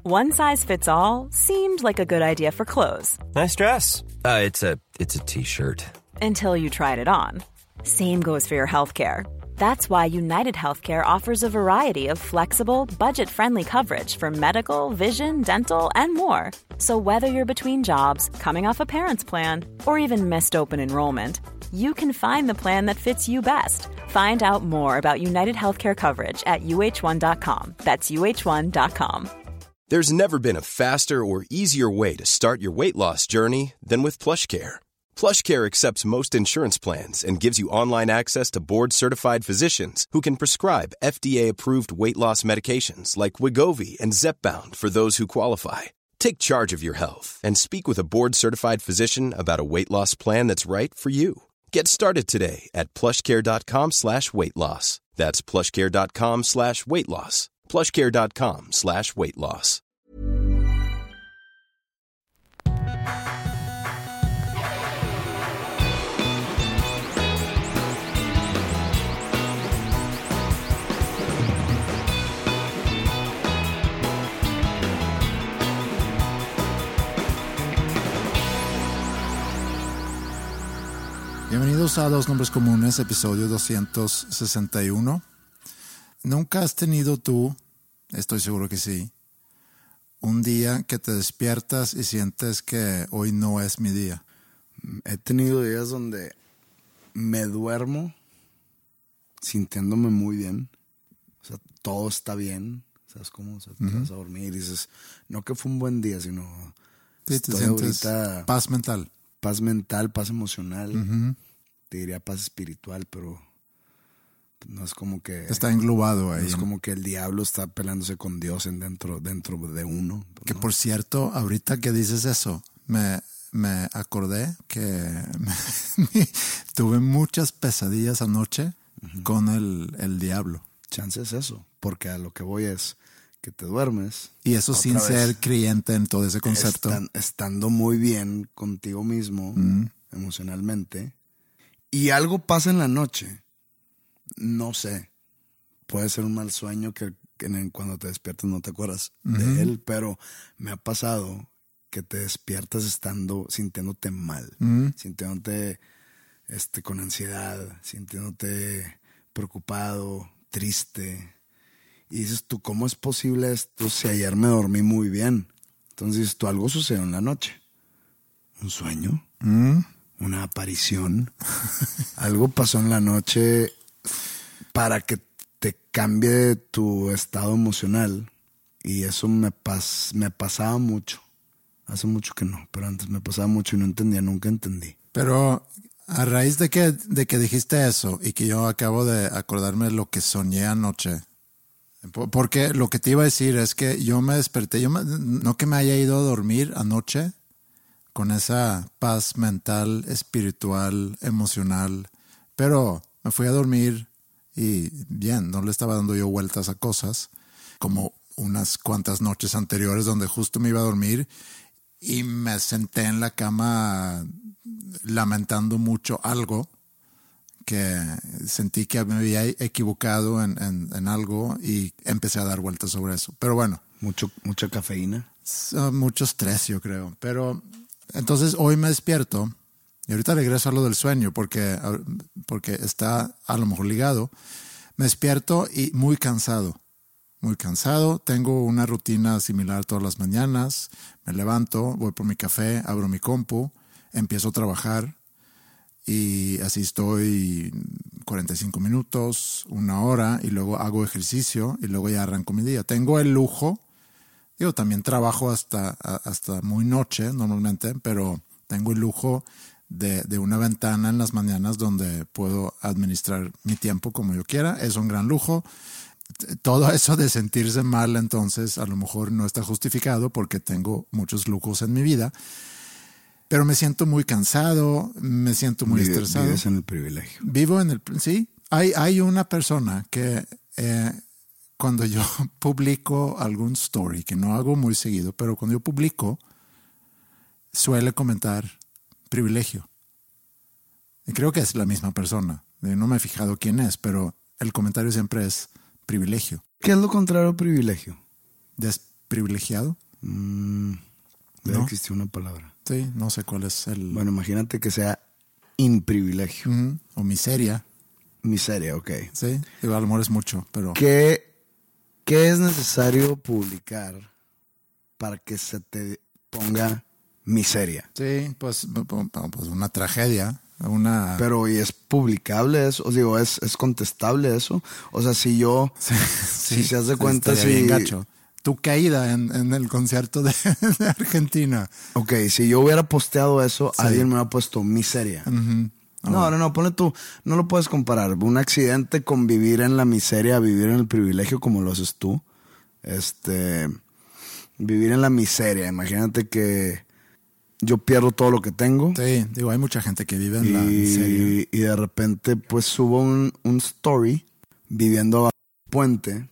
One size fits all seemed like a good idea for clothes. Nice dress. It's a t-shirt. Until you tried it on. Same goes for your healthcare. That's why United Healthcare offers a variety of flexible, budget-friendly coverage for medical, vision, dental, and more. So whether you're between jobs, coming off a parent's plan, or even missed open enrollment, you can find the plan that fits you best. Find out more about United Healthcare coverage at uh1.com. That's uh1.com. There's never been a faster or easier way to start your weight loss journey than with PlushCare. PlushCare accepts most insurance plans and gives you online access to board-certified physicians who can prescribe FDA-approved weight loss medications like Wegovy and Zepbound for those who qualify. Take charge of your health and speak with a board-certified physician about a weight loss plan that's right for you. Get started today at plushcare.com/weight loss. That's plushcare.com/weight loss. plushcare.com/weight loss. Bienvenidos a Dos Nombres Comunes, episodio 261. ¿Nunca has tenido tú, estoy seguro que sí, un día que te despiertas y sientes que hoy no es mi día? He tenido días donde me duermo sintiéndome muy bien. O sea, todo está bien. ¿Sabes cómo? O sea, te vas a dormir y dices, no que fue un buen día, sino Sí, te sientes ahorita paz mental. Paz mental, paz emocional. Te diría paz espiritual, pero no es como que... Está englobado ahí. No es como que el diablo está peleándose con Dios dentro de uno. Que por cierto, ahorita que dices eso, me acordé que tuve muchas pesadillas anoche con el diablo. Chance es eso, porque a lo que voy es que te duermes. Y eso sin ser creyente en todo ese concepto. Estando muy bien contigo mismo, emocionalmente, y algo pasa en la noche. No sé, puede ser un mal sueño que cuando te despiertas no te acuerdas de él, pero me ha pasado que te despiertas sintiéndote mal, sintiéndote con ansiedad, sintiéndote preocupado, triste. Y dices tú, ¿cómo es posible esto si ayer me dormí muy bien? Entonces dices tú, algo sucedió en la noche. ¿Un sueño? ¿Una aparición? Algo pasó en la noche para que te cambie tu estado emocional. Y eso me pasaba mucho. Hace mucho que no, pero antes me pasaba mucho y no entendía, nunca entendí. Pero a raíz de que dijiste eso y que yo acabo de acordarme de lo que soñé anoche, porque lo que te iba a decir es que yo me desperté, no que me haya ido a dormir anoche con esa paz mental, espiritual, emocional, pero me fui a dormir y bien, no le estaba dando yo vueltas a cosas, como unas cuantas noches anteriores donde justo me iba a dormir y me senté en la cama lamentando mucho algo que sentí que me había equivocado en algo y empecé a dar vueltas sobre eso. Pero bueno. Mucha cafeína. Mucho estrés, yo creo. Pero entonces hoy me despierto y ahorita regreso a lo del sueño porque está a lo mejor ligado. Me despierto y muy cansado. Muy cansado. Tengo una rutina similar todas las mañanas. Me levanto, voy por mi café, abro mi compu, empiezo a trabajar. Y así estoy 45 minutos, una hora, y luego hago ejercicio y luego ya arranco mi día. Tengo el lujo, también trabajo hasta muy noche normalmente, pero tengo el lujo de una ventana en las mañanas donde puedo administrar mi tiempo como yo quiera. Es un gran lujo. Todo eso de sentirse mal entonces a lo mejor no está justificado porque tengo muchos lujos en mi vida. Pero me siento muy cansado, me siento muy estresado. Vives en el privilegio. Vivo en el... Sí, hay una persona que cuando yo publico algún story, que no hago muy seguido, pero cuando yo publico, suele comentar privilegio. Y creo que es la misma persona. No me he fijado quién es, pero el comentario siempre es privilegio. ¿Qué es lo contrario a privilegio? privilegiado. Debe existir una palabra. Sí, no sé cuál es el... Bueno, imagínate que sea imprivilegio. O miseria. Miseria, ok. Sí, digo, a lo mejor es mucho, pero... ¿Qué es necesario publicar para que se te ponga miseria? Sí, pues una tragedia, una... Pero, ¿y es publicable eso? O digo, ¿es contestable eso? O sea, si yo... si se hace cuenta, estaría si... bien gacho. Tu caída en el concierto de Argentina. Ok, si yo hubiera posteado eso, Sí. alguien me hubiera puesto miseria. No, ponle tú. No lo puedes comparar. Un accidente con vivir en la miseria, vivir en el privilegio como lo haces tú. Vivir en la miseria. Imagínate que yo pierdo todo lo que tengo. Sí, digo, hay mucha gente que vive en la miseria. Y de repente pues subo un story viviendo bajo un puente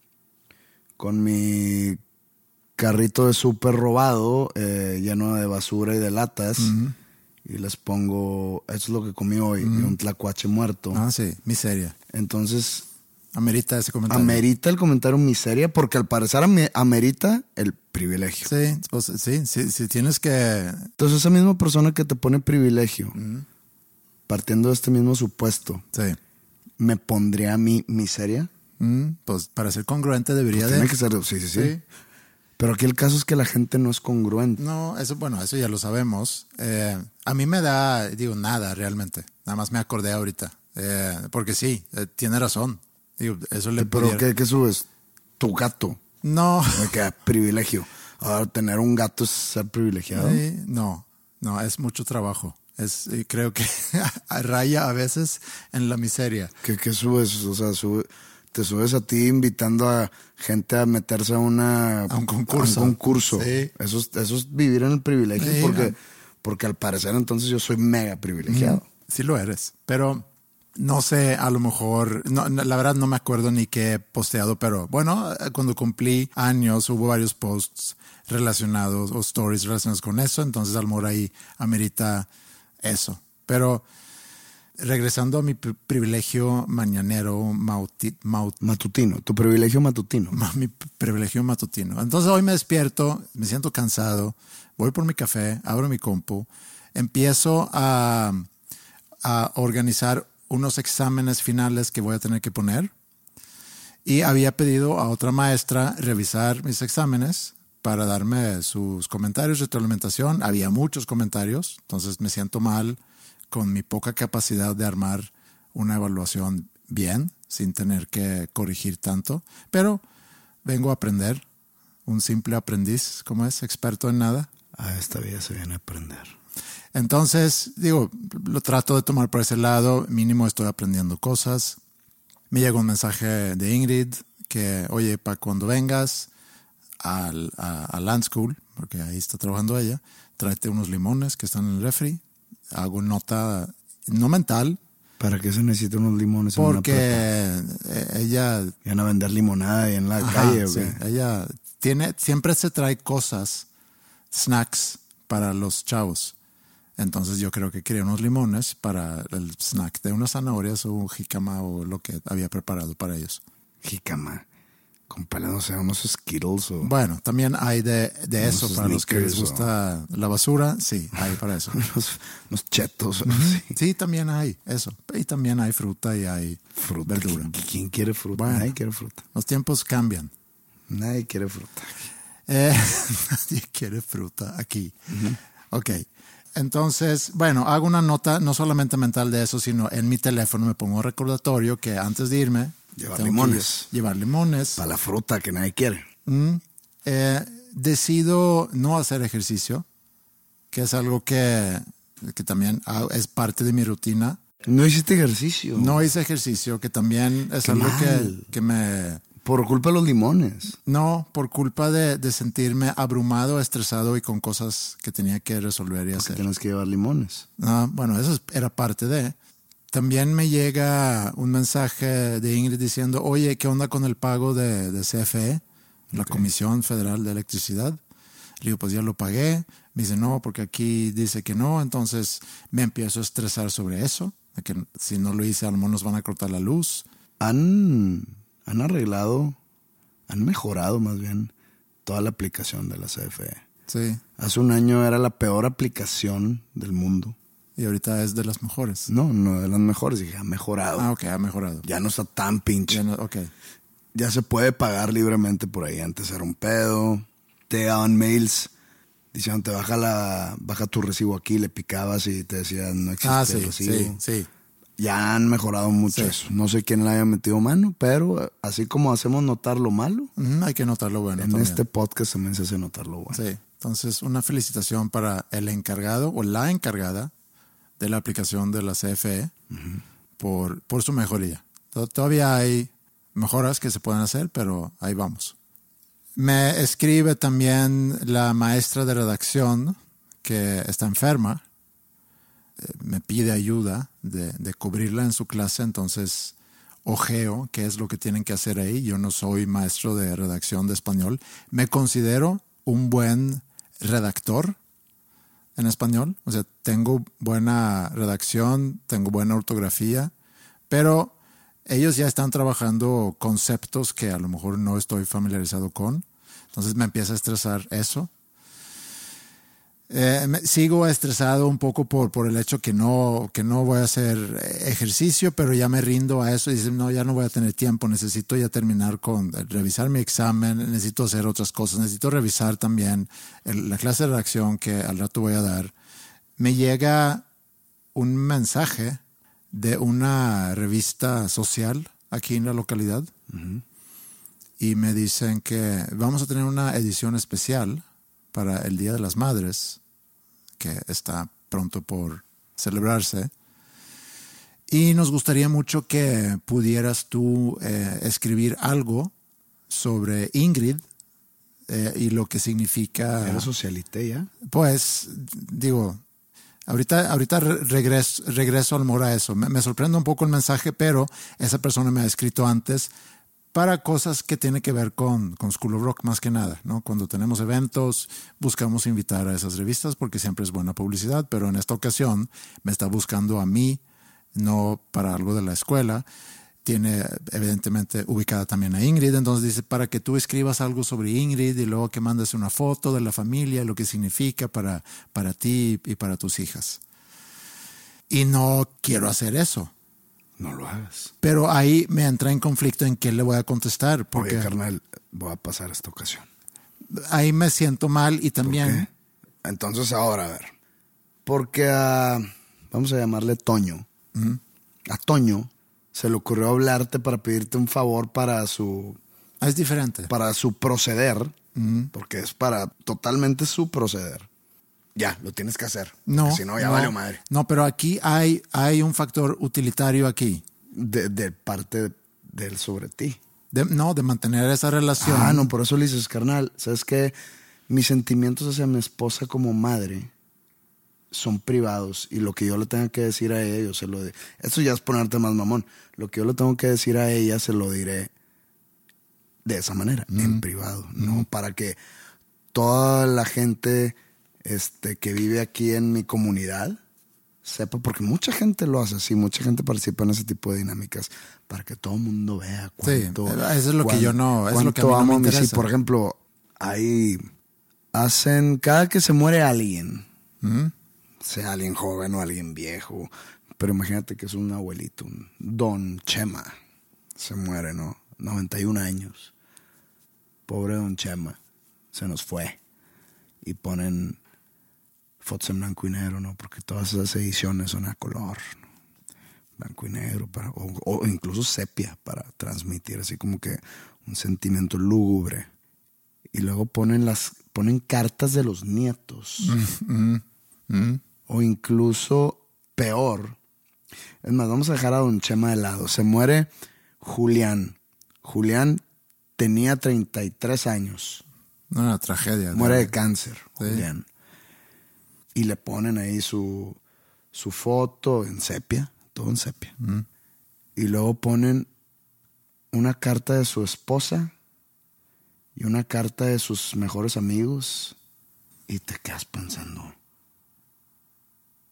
con mi carrito de súper robado, lleno de basura y de latas. Y les pongo, eso es lo que comí hoy, y un tlacuache muerto. Ah, sí, miseria. Entonces, Amerita ese comentario. amerita el comentario miseria, porque al parecer amerita el privilegio. Sí, pues, sí, tienes que... Entonces, esa misma persona que te pone privilegio, partiendo de este mismo supuesto, Sí. ¿me pondría a mí miseria? Pues para ser congruente debería Pues de... tiene que ser, sí. Sí. Pero aquí el caso es que la gente no es congruente. No, eso ya lo sabemos. A mí me da, digo, nada realmente. Nada más me acordé ahorita. Porque sí, tiene razón. Digo, eso le Pero pudiera... ¿qué subes? Tu gato. No. Me queda privilegio. Ahora, tener un gato es ser privilegiado. Sí, no, es mucho trabajo. Creo que raya a veces en la miseria. ¿Qué subes? O sea, te subes a ti invitando a gente a meterse a un concurso. Sí. Eso es vivir en el privilegio, Sí, porque al parecer entonces yo soy mega privilegiado. Sí lo eres, pero no sé, a lo mejor, no, la verdad no me acuerdo ni qué he posteado, pero bueno, cuando cumplí años hubo varios posts relacionados o stories relacionados con eso, entonces a lo mejor ahí amerita eso. Pero regresando a mi privilegio mañanero Matutino, tu privilegio matutino. mi privilegio matutino. Entonces hoy me despierto, me siento cansado, voy por mi café, abro mi compu, empiezo a organizar unos exámenes finales que voy a tener que poner y había pedido a otra maestra revisar mis exámenes para darme sus comentarios, retroalimentación. Había muchos comentarios, entonces me siento mal con mi poca capacidad de armar una evaluación bien, sin tener que corregir tanto, pero vengo a aprender, un simple aprendiz, ¿cómo es? Experto en nada. Esta vida se viene a aprender. Entonces, digo, lo trato de tomar por ese lado, mínimo estoy aprendiendo cosas. Me llegó un mensaje de Ingrid que, oye, para cuando vengas a Land School, porque ahí está trabajando ella, tráete unos limones que están en el refri. Hago nota, no mental. ¿Para qué se necesitan unos limones en una Porque ella... ¿Van a vender limonada ahí en la calle? Sí, ¿o qué? ella siempre se trae cosas, snacks para los chavos. Entonces yo creo que quería unos limones para el snack de unas zanahorias o un jícama o lo que había preparado para ellos. Jícama. Compara, no sé, unos Skittles o... Bueno, también hay de eso Unos para los que les Snickers gusta la basura. Sí, hay para eso. unos chetos. Sí. Sí, también hay eso. Y también hay fruta y hay Fruta. verdura. ¿Quién quiere fruta? Bueno. Nadie quiere fruta. Los tiempos cambian. Nadie quiere fruta. Nadie quiere fruta aquí. Ok. Entonces, bueno, hago una nota no solamente mental de eso, sino en mi teléfono me pongo un recordatorio que antes de irme... Llevar tengo limones. que llevar limones. Para la fruta que nadie quiere. Decido no hacer ejercicio, que es algo que también es parte de mi rutina. No hiciste ejercicio. No hice ejercicio, que también es Qué algo mal. que me... Por culpa de los limones. No, por culpa de sentirme abrumado, estresado y con cosas que tenía que resolver y Que hacer. tienes que llevar limones. Bueno, eso era parte de. También me llega un mensaje de Ingrid diciendo, oye, ¿qué onda con el pago de CFE? La Comisión Federal de Electricidad. Le digo, pues ya lo pagué. Me dice, no, porque aquí dice que no. Entonces me empiezo a estresar sobre eso. De que si no lo hice, a lo mejor nos van a cortar la luz. Han arreglado, han mejorado más bien toda la aplicación de la CFE. Sí. Hace un año era la peor aplicación del mundo. Y ahorita es de las mejores. No de las mejores. Dije, ha mejorado. Ah, ok, ha mejorado. Ya no está tan pinche. Ya no, ok. Ya se puede pagar libremente por ahí. Antes era un pedo. Te daban mails diciendo, baja tu recibo aquí. Le picabas y te decían, no existe el recibo. Sí. Ya han mejorado mucho eso. No sé quién le haya metido mano, pero así como hacemos notar lo malo, Hay que notar lo bueno en también. este podcast también se hace notar lo bueno. Sí. Entonces, una felicitación para el encargado o la encargada de la aplicación de la CFE por su mejoría. Todavía hay mejoras que se pueden hacer, pero ahí vamos. Me escribe también la maestra de redacción que está enferma. Me pide ayuda de cubrirla en su clase, entonces ojeo qué es lo que tienen que hacer ahí. Yo no soy maestro de redacción de español. Me considero un buen redactor en español. O sea, tengo buena redacción, tengo buena ortografía, pero ellos ya están trabajando conceptos que a lo mejor no estoy familiarizado con. Entonces me empieza a estresar eso. Sigo estresado un poco por el hecho que no voy a hacer ejercicio, pero ya me rindo a eso y dicen, no, ya no voy a tener tiempo, necesito ya terminar con revisar mi examen, necesito hacer otras cosas, necesito revisar también la clase de redacción que al rato voy a dar. Me llega un mensaje de una revista social aquí en la localidad y me dicen que vamos a tener una edición especial para el Día de las Madres, que está pronto por celebrarse. Y nos gustaría mucho que pudieras tú escribir algo sobre Ingrid y lo que significa... ¿Eres socialité ya? Pues, digo, ahorita regreso a lo mejor a eso. Me sorprende un poco el mensaje, pero esa persona me ha escrito antes para cosas que tienen que ver con School of Rock más que nada, ¿no? Cuando tenemos eventos, buscamos invitar a esas revistas porque siempre es buena publicidad, pero en esta ocasión me está buscando a mí, no para algo de la escuela. Tiene evidentemente ubicada también a Ingrid, entonces dice, para que tú escribas algo sobre Ingrid y luego que mandes una foto de la familia, lo que significa para ti y para tus hijas. Y no quiero hacer eso. No lo hagas. Pero ahí me entra en conflicto en qué le voy a contestar. Porque oye, carnal, voy a pasar esta ocasión. Ahí me siento mal y también... ¿Por qué? Entonces ahora, a ver. Porque vamos a llamarle Toño. A Toño se le ocurrió hablarte para pedirte un favor para su... Es diferente. Para su proceder. Porque es para totalmente su proceder. Ya, lo tienes que hacer. No. Si no, ya valió madre. No, pero aquí hay un factor utilitario aquí. De parte de él sobre ti. De mantener esa relación. No, por eso le dices, carnal, ¿sabes qué? Mis sentimientos hacia mi esposa como madre son privados y lo que yo le tenga que decir a ella, yo se lo diré. Eso ya es ponerte más mamón. Lo que yo le tengo que decir a ella, se lo diré de esa manera, en privado. No para que toda la gente... que vive aquí en mi comunidad sepa, porque mucha gente lo hace así, mucha gente participa en ese tipo de dinámicas para que todo el mundo vea cuánto. Sí, eso es lo que yo no, es lo que a mí no me interesa. Sí, por ejemplo, ahí hacen, cada que se muere alguien, sea alguien joven o alguien viejo, pero imagínate que es un abuelito, un Don Chema, se muere, ¿no? 91 años. Pobre Don Chema, se nos fue. Y ponen fotos en blanco y negro, ¿no? Porque todas esas ediciones son a color, ¿no? Blanco y negro, o incluso sepia, para transmitir así como que un sentimiento lúgubre. Y luego ponen cartas de los nietos. O incluso peor. Es más, vamos a dejar a Don Chema de lado. Se muere Julián. Julián tenía 33 años. Una tragedia. Muere de cáncer, Julián. Y le ponen ahí su foto en sepia, todo en sepia. Y luego ponen una carta de su esposa y una carta de sus mejores amigos. Y te quedas pensando.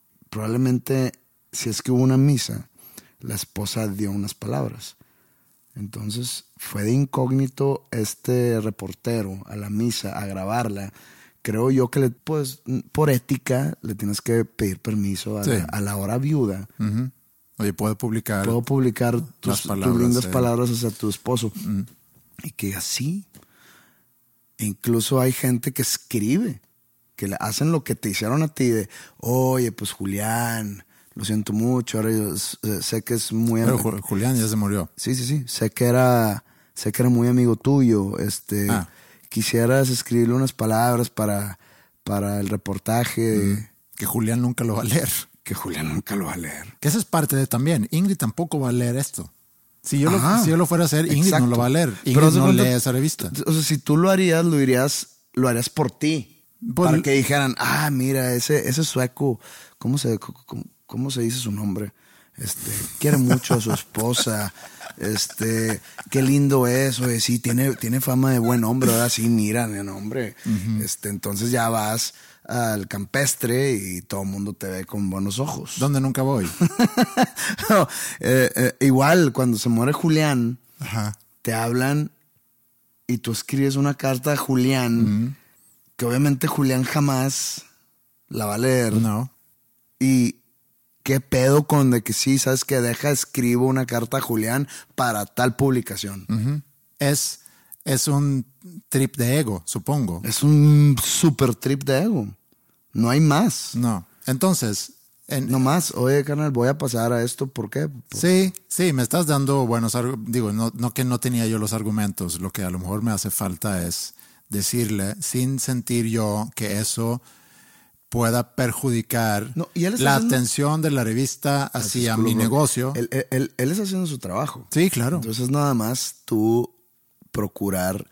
Probablemente, si es que hubo una misa, la esposa dio unas palabras. Entonces fue de incógnito este reportero a la misa a grabarla. Creo yo que pues por ética le tienes que pedir permiso a la hora viuda. Uh-huh. Oye, puedo publicar tus lindas palabras hacia tu esposo. Y que así. Incluso hay gente que escribe, que le hacen lo que te hicieron a ti de, oye, pues Julián, lo siento mucho, ahora yo sé que es muy... Pero Julián ya se murió. Sí. Sé que era muy amigo tuyo. Quisieras escribirle unas palabras para el reportaje. Que Julián nunca lo va a leer. Que Julián nunca lo va a leer. Que esa es parte de también. Ingrid tampoco va a leer esto. Si yo lo fuera a hacer, Ingrid no lo va a leer. Ingrid no lee esa revista. O sea, si tú lo harías por ti. Pues, para que dijeran, mira, ese sueco, ¿cómo se dice su nombre? Quiere mucho a su esposa. Qué lindo es. Oye, sí, tiene fama de buen hombre. Ahora sí, mira, mi nombre. Uh-huh. Entonces ya vas al campestre y todo el mundo te ve con buenos ojos. ¿Dónde nunca voy? No, igual, cuando se muere Julián, ajá, te hablan y tú escribes una carta a Julián, que obviamente Julián jamás la va a leer. No. Y qué pedo con de que sí, sabes que escribo una carta a Julián para tal publicación. Uh-huh. Es un trip de ego, supongo. Es un super trip de ego. No hay más. No. Entonces... no más. Oye, carnal, voy a pasar a esto. ¿Por qué? Sí, me estás dando buenos argumentos. Digo, no que no tenía yo los argumentos. Lo que a lo mejor me hace falta es decirle, sin sentir yo que eso pueda perjudicar la atención de la revista hacia mi negocio. Él está haciendo su trabajo. Sí, claro. Entonces nada más tú procurar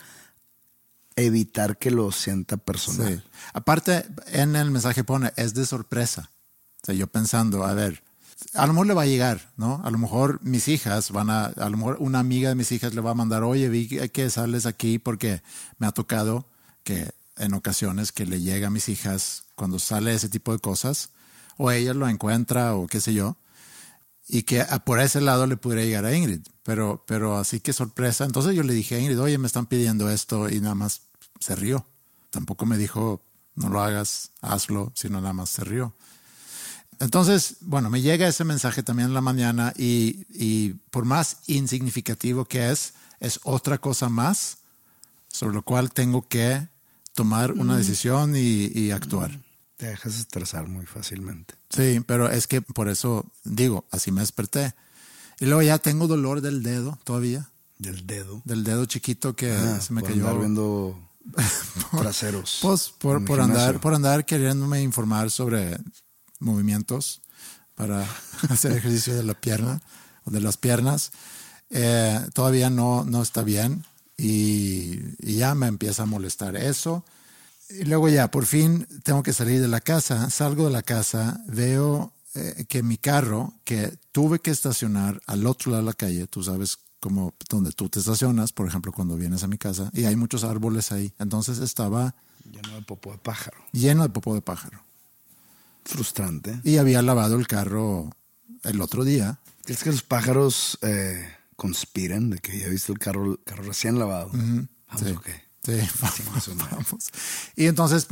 evitar que lo sienta personal. Sí. Aparte, en el mensaje pone, es de sorpresa. O sea, yo pensando, a ver, a lo mejor le va a llegar, ¿no? A lo mejor mis hijas a lo mejor una amiga de mis hijas le va a mandar, oye, vi que sales aquí, porque me ha tocado que en ocasiones que le llega a mis hijas cuando sale ese tipo de cosas, o ella lo encuentra o qué sé yo, y que por ese lado le pudiera llegar a Ingrid. Pero así que sorpresa. Entonces yo le dije a Ingrid, oye, me están pidiendo esto, y nada más se rió. Tampoco me dijo, no lo hagas, hazlo, sino nada más se rió. Entonces, bueno, me llega ese mensaje también en la mañana y por más insignificativo que es otra cosa más sobre lo cual tengo que tomar una decisión y actuar. Te dejas estresar muy fácilmente. Sí, pero es que por eso digo, así me desperté. Y luego ya tengo dolor del dedo todavía. ¿Del dedo? Del dedo chiquito que se me cayó. Andar viendo traseros. Pues por andar queriéndome informar sobre movimientos para hacer ejercicio de la pierna o de las piernas. Todavía no está bien y ya me empieza a molestar eso. Y luego ya, por fin tengo que salir de la casa. Salgo de la casa, veo que mi carro, que tuve que estacionar al otro lado de la calle, tú sabes como donde tú te estacionas, por ejemplo, cuando vienes a mi casa, y hay muchos árboles ahí. Entonces estaba lleno de popó de pájaro. Lleno de popó de pájaro. Frustrante. Y había lavado el carro el otro día. ¿Es que los pájaros conspiran de que ya viste el carro recién lavado? Uh-huh. Vamos, sí. ok. Sí, vamos. Y entonces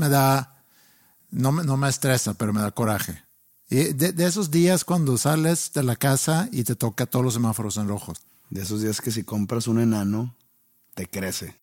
no me estresa, pero me da coraje. Y de esos días cuando sales de la casa y te toca todos los semáforos en rojos. De esos días que si compras un enano, te crece.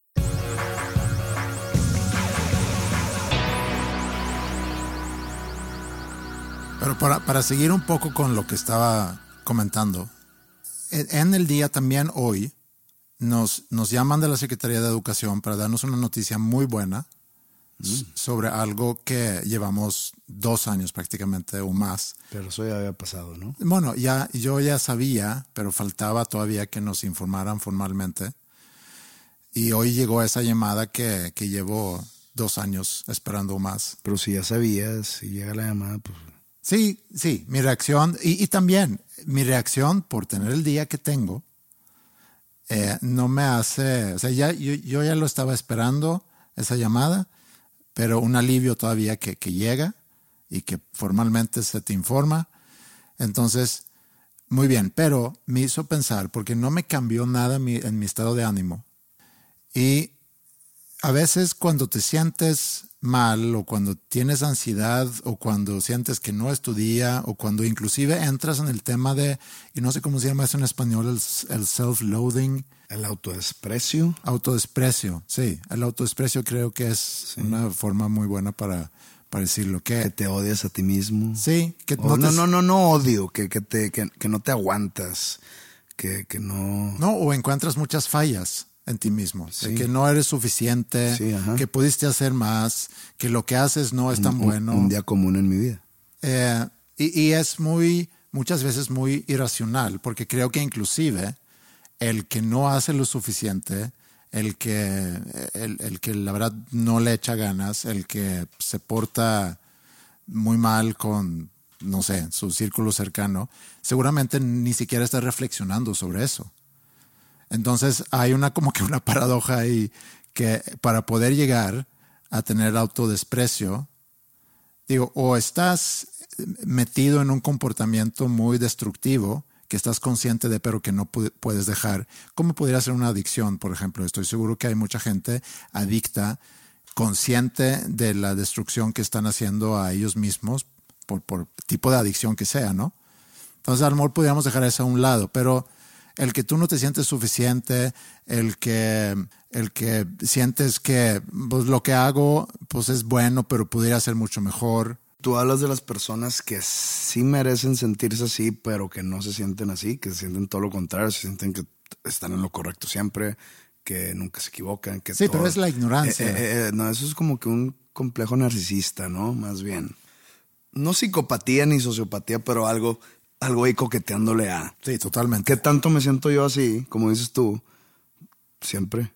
Pero para seguir un poco con lo que estaba comentando, en el día también hoy nos llaman de la Secretaría de Educación para darnos una noticia muy buena sobre algo que llevamos 2 años prácticamente o más. Pero eso ya había pasado, ¿no? Bueno, yo ya sabía, pero faltaba todavía que nos informaran formalmente. Y hoy llegó esa llamada que llevo 2 años esperando o más. Pero si ya sabías, si llega la llamada, pues... Sí, mi reacción, y también mi reacción por tener el día que tengo, no me hace, o sea, yo ya lo estaba esperando, esa llamada, pero un alivio todavía que llega y que formalmente se te informa. Entonces, Muy bien, pero me hizo pensar porque no me cambió nada en mi estado de ánimo. Y a veces cuando te sientes mal o cuando tienes ansiedad o cuando sientes que no es tu día o cuando inclusive entras en el tema de, y no sé cómo se llama eso en español, el self-loathing. El autodesprecio. Autodesprecio, sí. El autodesprecio creo que es una forma muy buena para decirlo. Que te odias a ti mismo. Sí. Que no odio, que no te aguantas, que no... No, o encuentras muchas fallas en ti mismo, Sí. que no eres suficiente, Sí, ajá. que pudiste hacer más, que lo que haces no es tan bueno. Un día común en mi vida. Y es muchas veces muy irracional, porque creo que inclusive el que no hace lo suficiente, el que la verdad no le echa ganas, el que se porta muy mal con, no sé, su círculo cercano, seguramente ni siquiera está reflexionando sobre eso. Entonces hay como que una paradoja ahí que para poder llegar a tener autodesprecio, digo, o estás metido en un comportamiento muy destructivo que estás consciente de pero que no puedes dejar, como pudiera ser una adicción, por ejemplo. Estoy seguro que hay mucha gente adicta, consciente de la destrucción que están haciendo a ellos mismos por tipo de adicción que sea, ¿no? Entonces a lo mejor podríamos dejar eso a un lado, pero el que tú no te sientes suficiente, el que sientes que pues, lo que hago pues, es bueno, pero pudiera ser mucho mejor. Tú hablas de las personas que sí merecen sentirse así, pero que no se sienten así, que se sienten todo lo contrario, se sienten que están en lo correcto siempre, que nunca se equivocan. Que sí, todo... pero es la ignorancia. No, eso es como que un complejo narcisista, ¿no? Más bien. No psicopatía ni sociopatía, pero algo ahí coqueteándole a... Sí, totalmente. ¿Qué tanto me siento yo así? Como dices tú, siempre.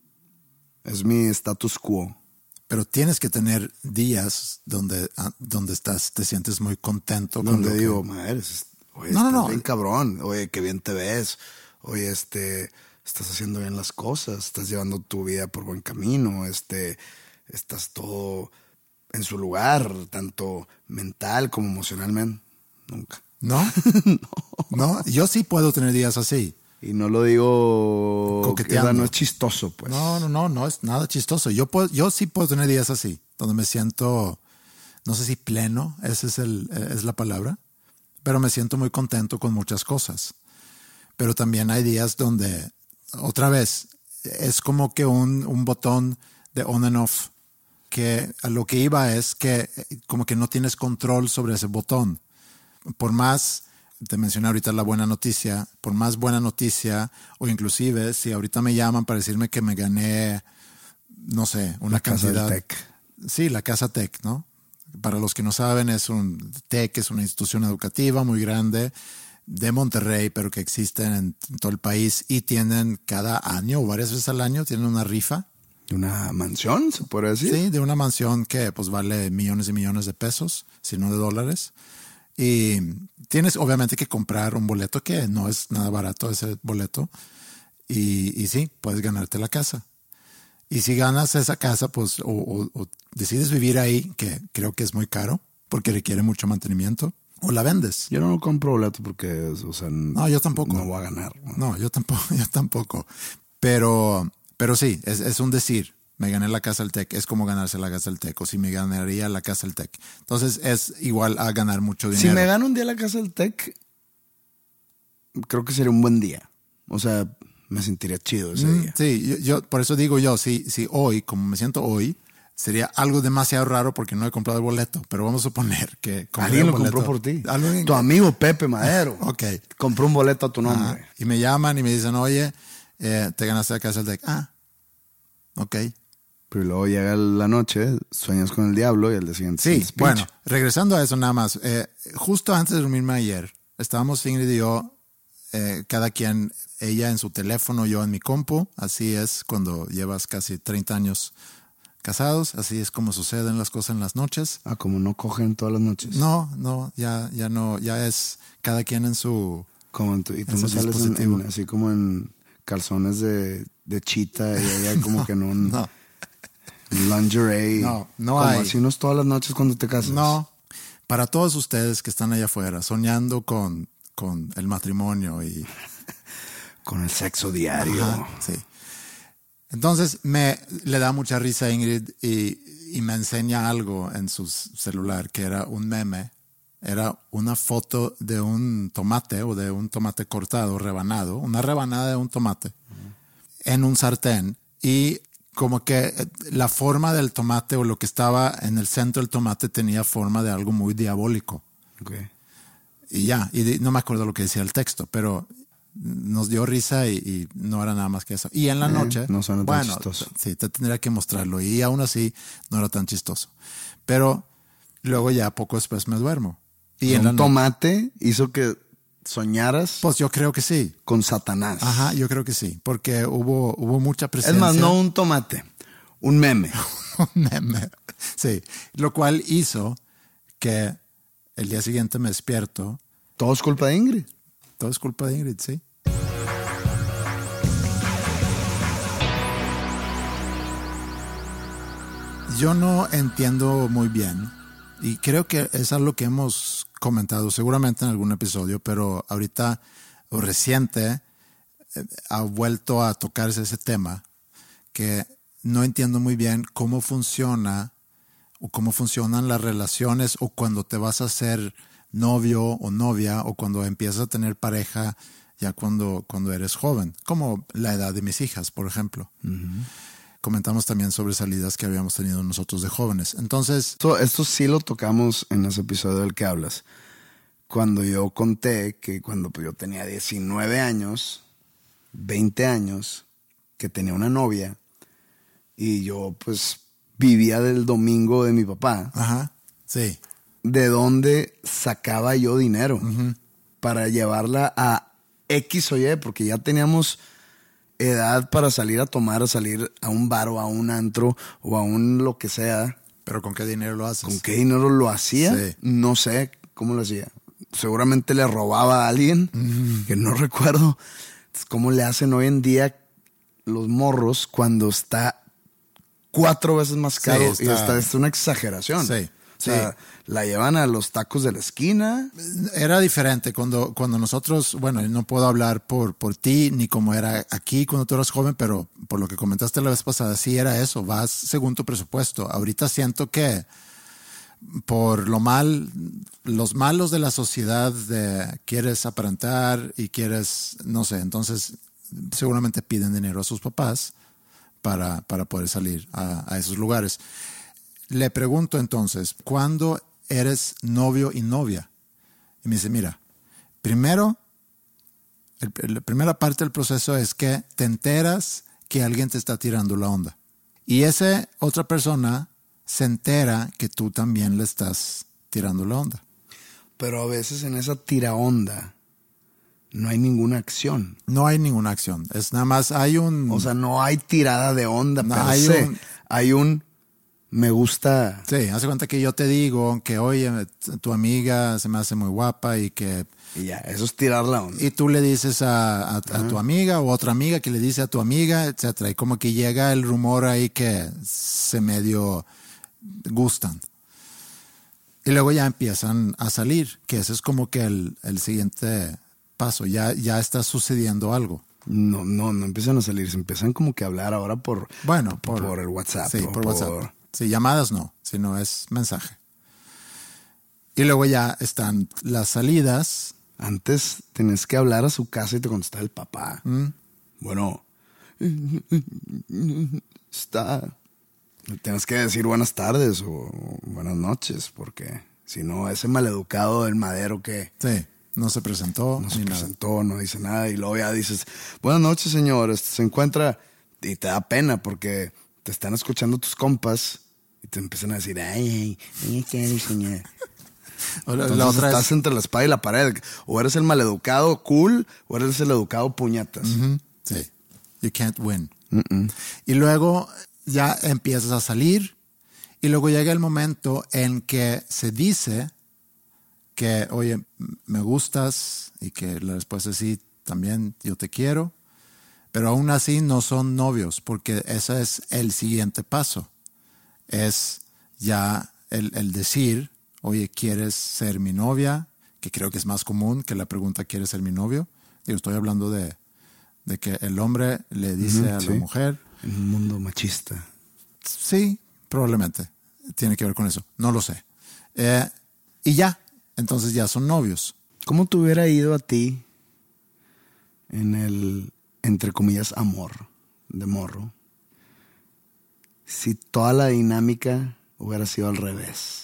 Es mi status quo. Pero tienes que tener días donde te sientes muy contento. Donde digo, madre, oye, no, estás bien cabrón. Oye, qué bien te ves. Oye, estás haciendo bien las cosas. Estás llevando tu vida por buen camino. Estás todo en su lugar, tanto mental como emocionalmente. Nunca. ¿No? No, yo sí puedo tener días así. Y no lo digo coqueteando. No es chistoso, pues. No es nada chistoso. Yo sí puedo tener días así, donde me siento, no sé si pleno, esa es la palabra, pero me siento muy contento con muchas cosas. Pero también hay días donde, otra vez, es como que un botón de on and off, que a lo que iba es que como que no tienes control sobre ese botón. Por más, te mencioné ahorita la buena noticia, por más buena noticia, o inclusive si ahorita me llaman para decirme que me gané, no sé, una cantidad. Casa del TEC. Sí, la Casa TEC, ¿no? Para los que no saben, es una institución educativa muy grande de Monterrey, pero que existe en todo el país y tienen cada año o varias veces al año, tienen una rifa. ¿De una mansión, se puede decir? Sí, de una mansión que pues vale millones y millones de pesos, si no de dólares. Y tienes obviamente que comprar un boleto que no es nada barato ese boleto. Y sí, puedes ganarte la casa. Y si ganas esa casa, pues o decides vivir ahí, que creo que es muy caro porque requiere mucho mantenimiento, o la vendes. Yo no compro boleto porque, o sea, no, yo tampoco. No voy a ganar. No, yo tampoco. Pero sí, es un decir. Me gané la Casa del TEC, es como ganarse la Casa del TEC, o si me ganaría la Casa del TEC. Entonces es igual a ganar mucho dinero. Si me gano un día la Casa del TEC, creo que sería un buen día. O sea, me sentiría chido ese día. Sí, yo por eso digo si hoy, como me siento hoy, sería algo demasiado raro porque no he comprado el boleto, pero vamos a suponer que alguien lo compró por ti. Tu amigo Pepe Madero. Ok. Compró un boleto a tu nombre. Y me llaman y me dicen, oye, te ganaste la Casa del TEC. Ok. Pero luego llega la noche, sueñas con el diablo y el día siguiente. Sí, bueno, regresando a eso nada más. Justo antes de dormirme ayer, estábamos Ingrid y yo, cada quien, ella en su teléfono, yo en mi compu. Así es cuando llevas casi 30 años casados. Así es como suceden las cosas en las noches. Ah, como no cogen todas las noches. No, ya no, ya es cada quien en su... Y tú me sales así como en calzones de chita y ella como que en un... No. Lingerie. No hay. Así no es todas las noches cuando te casas. No. Para todos ustedes que están allá afuera soñando con con el matrimonio y... Con el sexo diario. Ajá, sí. Entonces le da mucha risa a Ingrid y me enseña algo en su celular que era un meme. Era una foto de un tomate o de un tomate cortado, rebanado, una rebanada de un tomate en un sartén, y como que la forma del tomate o lo que estaba en el centro del tomate tenía forma de algo muy diabólico. Okay. Y ya, y no me acuerdo lo que decía el texto, pero nos dio risa y no era nada más que eso. Y en la noche, no suena tan chistoso. Sí, te tendría que mostrarlo, y aún así no era tan chistoso. Pero luego ya poco después me duermo. Y en un tomate hizo que soñaras. Pues yo creo que sí. Con Satanás. Ajá, yo creo que sí, porque hubo mucha presencia. Es más, no un tomate, un meme. Un meme, sí. Lo cual hizo que el día siguiente me despierto. Todo es culpa de Ingrid. Todo es culpa de Ingrid, sí. Yo no entiendo muy bien, y creo que es algo que hemos comentado seguramente en algún episodio, pero ahorita o reciente ha vuelto a tocarse ese tema, que no entiendo muy bien cómo funciona o cómo funcionan las relaciones, o cuando te vas a hacer novio o novia, o cuando empiezas a tener pareja ya cuando eres joven, como la edad de mis hijas, por ejemplo. Uh-huh. Comentamos también sobre salidas que habíamos tenido nosotros de jóvenes. Entonces, esto sí lo tocamos en ese episodio del que hablas. Cuando yo conté que cuando yo tenía 19 años, 20 años, que tenía una novia, y yo pues vivía del domingo de mi papá. Ajá, sí. ¿De dónde sacaba yo dinero? Uh-huh. Para llevarla a X o Y? Porque ya teníamos edad para salir a tomar, a salir a un bar o a un antro o a un lo que sea. ¿Pero con qué dinero lo haces? ¿Con qué dinero lo hacía? Sí. No sé cómo lo hacía. Seguramente le robaba a alguien, que no recuerdo. Entonces, ¿cómo le hacen hoy en día los morros cuando está 4 veces más caro? Sí, y hasta es una exageración. Sí. O sea, la llevan a los tacos de la esquina. Era diferente cuando nosotros, bueno, no puedo hablar por ti ni como era aquí cuando tú eras joven, pero por lo que comentaste la vez pasada, sí era eso, vas según tu presupuesto. Ahorita siento que por los malos de la sociedad, quieres aparentar y quieres, no sé, entonces seguramente piden dinero a sus papás para poder salir a esos lugares. Le pregunto entonces, ¿cuándo eres novio y novia? Y me dice, mira, primero, la primera parte del proceso es que te enteras que alguien te está tirando la onda. Y esa otra persona se entera que tú también le estás tirando la onda. Pero a veces en esa tiraonda no hay ninguna acción. No hay ninguna acción. Es nada más, hay un... O sea, no hay tirada de onda, no, pero hay un me gusta. Sí, hace cuenta que yo te digo que, oye, tu amiga se me hace muy guapa y que... Y ya, eso es tirar la onda. Y tú le dices a tu amiga o otra amiga que le dice a tu amiga, etcétera. Y como que llega el rumor ahí que se medio gustan. Y luego ya empiezan a salir, que ese es como que el siguiente paso. Ya está sucediendo algo. No empiezan a salir, se empiezan como que a hablar ahora por el WhatsApp. Sí, por WhatsApp. Sí, llamadas no, sino es mensaje. Y luego ya están las salidas. Antes tenías que hablar a su casa y te contestaba el papá. Bueno, está. Tienes que decir buenas tardes o buenas noches, porque si no, ese maleducado del Madero que... Sí, no se presentó. No dice nada. Y luego ya dices, buenas noches, señor. Se encuentra... Y te da pena porque te están escuchando tus compas y te empiezan a decir, ay, ¿qué es, señor? Entonces la otra estás entre la espada y la pared. O eres el maleducado cool o eres el educado puñetas. Sí, you can't win. Y luego ya empiezas a salir y luego llega el momento en que se dice que, oye, me gustas, y que la respuesta es sí, también yo te quiero, pero aún así no son novios, porque ese es el siguiente paso. Es ya el decir, oye, ¿quieres ser mi novia? que creo que es más común que la pregunta ¿quieres ser mi novio? Digo, estoy hablando de que el hombre le dice a la mujer. En un mundo machista. Sí, probablemente. Tiene que ver con eso. No lo sé. Y ya. Entonces ya son novios. ¿Cómo te hubiera ido a ti en el, entre comillas, amor de morro, si toda la dinámica hubiera sido al revés?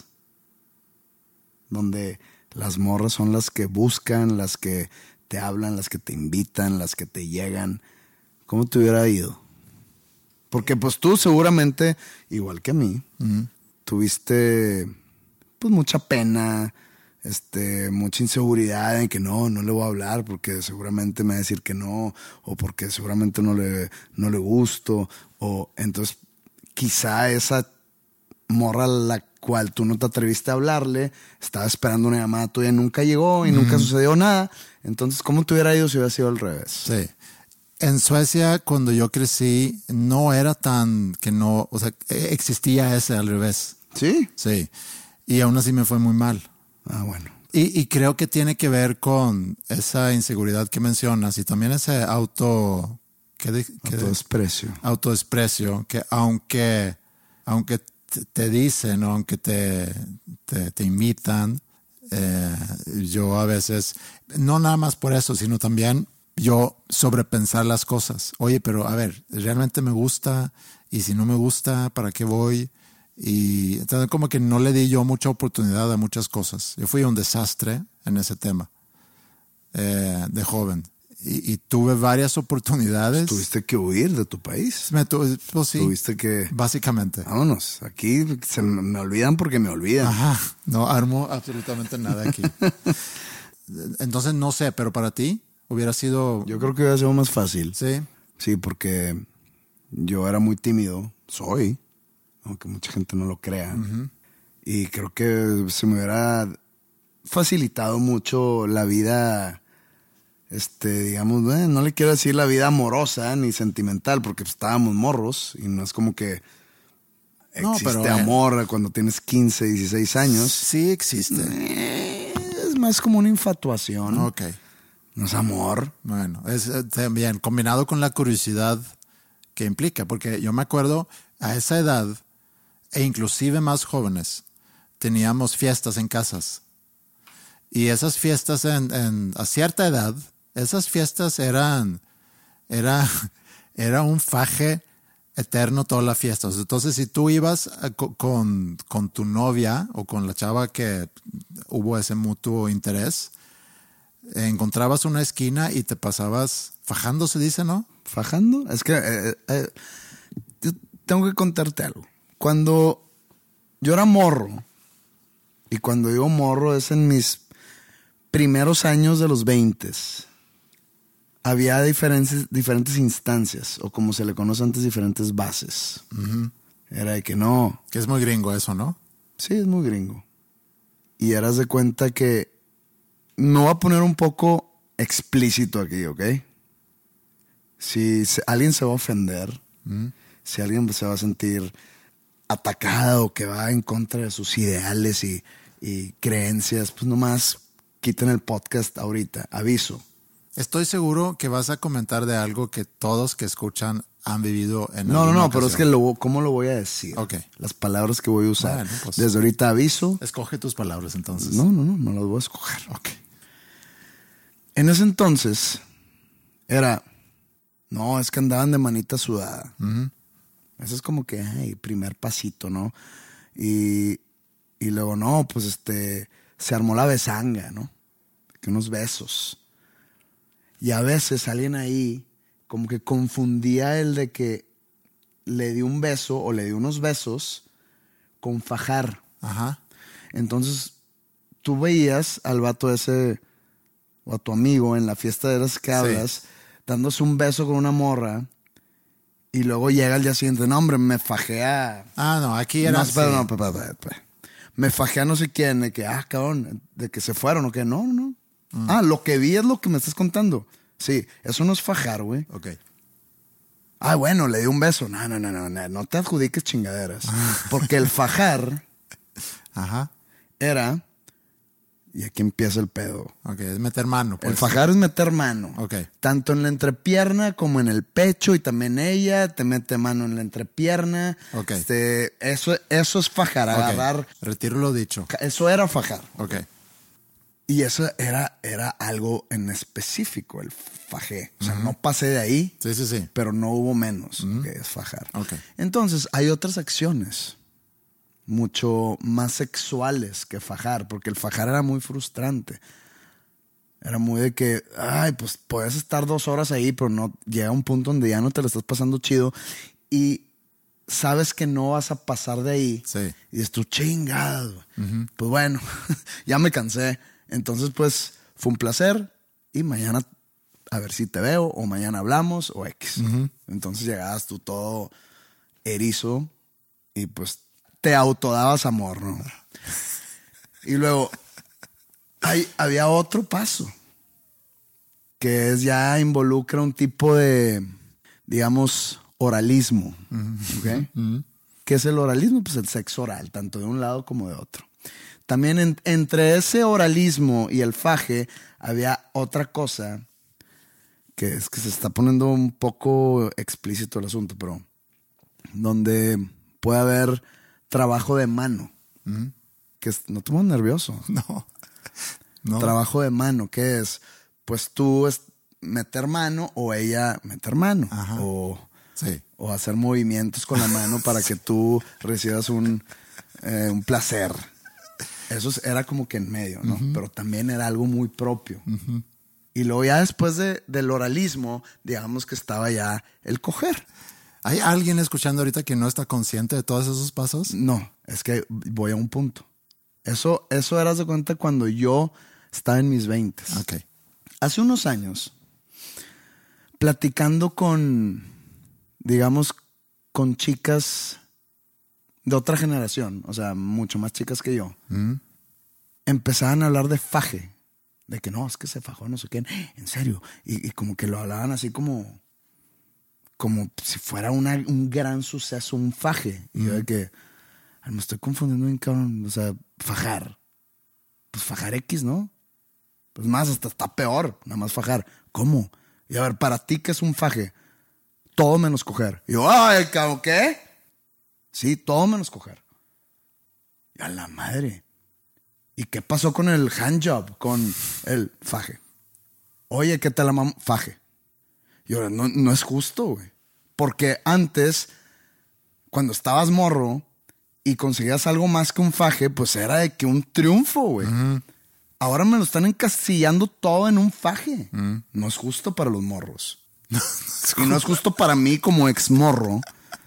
Donde las morras son las que buscan, las que te hablan, las que te invitan, las que te llegan. ¿Cómo te hubiera ido? Porque pues tú seguramente, igual que a mí, tuviste pues mucha pena, mucha inseguridad en que no le voy a hablar porque seguramente me va a decir que no, o porque seguramente no le gusto, o entonces quizá esa morra a la cual tú no te atreviste a hablarle estaba esperando una llamada tuya y nunca llegó y nunca sucedió nada. Entonces, ¿cómo te hubiera ido si hubiera sido al revés? Sí. En Suecia, cuando yo crecí, no era tan que no, o sea, existía ese al revés. ¿Sí? Sí. Y aún así me fue muy mal. Ah, bueno. Y creo que tiene que ver con esa inseguridad que mencionas y también ese autodesprecio, que aunque te dicen o aunque te invitan, yo a veces, no nada más por eso, sino también yo sobrepensar las cosas. Oye, pero a ver, ¿realmente me gusta? Y si no me gusta, ¿para qué voy? Y entonces como que no le di yo mucha oportunidad a muchas cosas. Yo fui un desastre en ese tema de joven. Y tuve varias oportunidades. ¿Tuviste que huir de tu país? Pues sí. ¿Tuviste que...? Básicamente. Vámonos, aquí me olvidan porque me olvidan. Ajá, no armo absolutamente nada aquí. Entonces no sé, pero para ti hubiera sido... Yo creo que hubiera sido más fácil. Sí. Sí, porque yo era muy tímido. Soy, aunque mucha gente no lo crea. Y creo que se me hubiera facilitado mucho la vida, digamos, no le quiero decir la vida amorosa ni sentimental, porque pues, estábamos morros y no es como que existe amor cuando tienes 15, 16 años. Sí existe. Es más como una infatuación. Ok. No es amor. Bueno, es también combinado con la curiosidad que implica, porque yo me acuerdo a esa edad, e inclusive más jóvenes, teníamos fiestas en casas. Y esas fiestas a cierta edad, esas fiestas era un faje eterno toda la fiesta. Entonces, si tú ibas con tu novia o con la chava que hubo ese mutuo interés, encontrabas una esquina y te pasabas fajando, se dice, ¿no? ¿Fajando? Es que yo tengo que contarte algo. Cuando yo era morro, y cuando digo morro es en mis primeros años de los 20, había diferentes instancias, o como se le conoce antes, diferentes bases. Era de que no. Que es muy gringo eso, ¿no? Sí, es muy gringo. Y eras de cuenta que me voy a poner un poco explícito aquí, ¿ok? Si alguien se va a ofender, si alguien se va a sentir atacado o que va en contra de sus ideales y creencias, pues nomás quiten el podcast ahorita, aviso. Estoy seguro que vas a comentar de algo que todos que escuchan han vivido en No, alguna pero ocasión. es que ¿cómo lo voy a decir? Ok. Las palabras que voy a usar. Bueno, pues, desde ahorita aviso. Escoge tus palabras entonces. No las voy a escoger. Ok. En ese entonces es que andaban de manita sudada. Eso es como que, primer pasito, ¿no? Y luego, no, pues se armó la besanga, ¿no? Que unos besos. Y a veces alguien ahí como que confundía el de que le dio un beso o le dio unos besos con fajar. Ajá. Entonces, tú veías al vato ese o a tu amigo en la fiesta de las que hablas, dándose un beso con una morra, y luego llega el día siguiente, no, hombre, me fajé a... Ah, no, aquí era... No, me fajé a no sé quién, de que, cabrón, de que se fueron, o que no. Lo que vi es lo que me estás contando. Sí, eso no es fajar, güey. Ok. Bueno, le di un beso. No te adjudiques chingaderas. Porque el fajar Ajá. era Y aquí empieza el pedo. Ok, es meter mano. Pues. El fajar es meter mano. Ok. Tanto en la entrepierna como en el pecho, y también ella te mete mano en la entrepierna. Ok. Eso es fajar, agarrar. Okay. Retiro lo dicho. Eso era fajar. Ok. Y eso era algo en específico, el fajé. O sea, no pasé de ahí, Sí. pero no hubo menos que es fajar. Ok. Entonces, hay otras acciones mucho más sexuales que fajar, porque el fajar era muy frustrante. Era muy de que, ay, pues puedes estar 2 horas ahí, pero no llega un punto donde ya no te lo estás pasando chido y sabes que no vas a pasar de ahí. Sí. Y dices tú, chingado. Pues bueno, ya me cansé. Entonces, pues, fue un placer y mañana a ver si te veo o mañana hablamos o X. Entonces llegabas tú todo erizo y pues te autodabas amor, ¿no? Y luego había otro paso que es ya involucra un tipo de, digamos, oralismo. ¿Ok? ¿Qué es el oralismo? Pues el sexo oral, tanto de un lado como de otro. También entre ese oralismo y el faje había otra cosa que es que se está poniendo un poco explícito el asunto, pero donde puede haber trabajo de mano. Que no te pongas nervioso. No. Trabajo de mano, ¿qué es? Pues tú meter mano o ella meter mano. Ajá. O hacer movimientos con la mano para que tú recibas un placer. Eso era como que en medio, ¿no? Pero también era algo muy propio. Y luego ya después del oralismo, digamos que estaba ya el coger. ¿Hay alguien escuchando ahorita que no está consciente de todos esos pasos? No, es que voy a un punto. Eso eras de cuenta cuando yo estaba en mis 20s. Ok. Hace unos años, platicando con chicas de otra generación, o sea, mucho más chicas que yo, empezaban a hablar de faje. De que no, es que se fajó no sé qué. En serio. Y como que lo hablaban así como si fuera un gran suceso, un faje. Y yo de que, me estoy confundiendo bien, cabrón. O sea, fajar. Pues fajar X, ¿no? Pues más, hasta está peor. Nada más fajar. ¿Cómo? Y a ver, para ti, ¿qué es un faje? Todo menos coger. Y yo, ay, cabrón, ¿qué? Sí, todo menos coger. Y a la madre. ¿Y qué pasó con el handjob? Con el faje. Oye, ¿qué tal la mamá? Faje. Y ahora, no es justo, güey. Porque antes, cuando estabas morro y conseguías algo más que un faje, pues era de que un triunfo, güey. Ahora me lo están encasillando todo en un faje. No es justo para los morros. Y no es justo para mí como ex morro.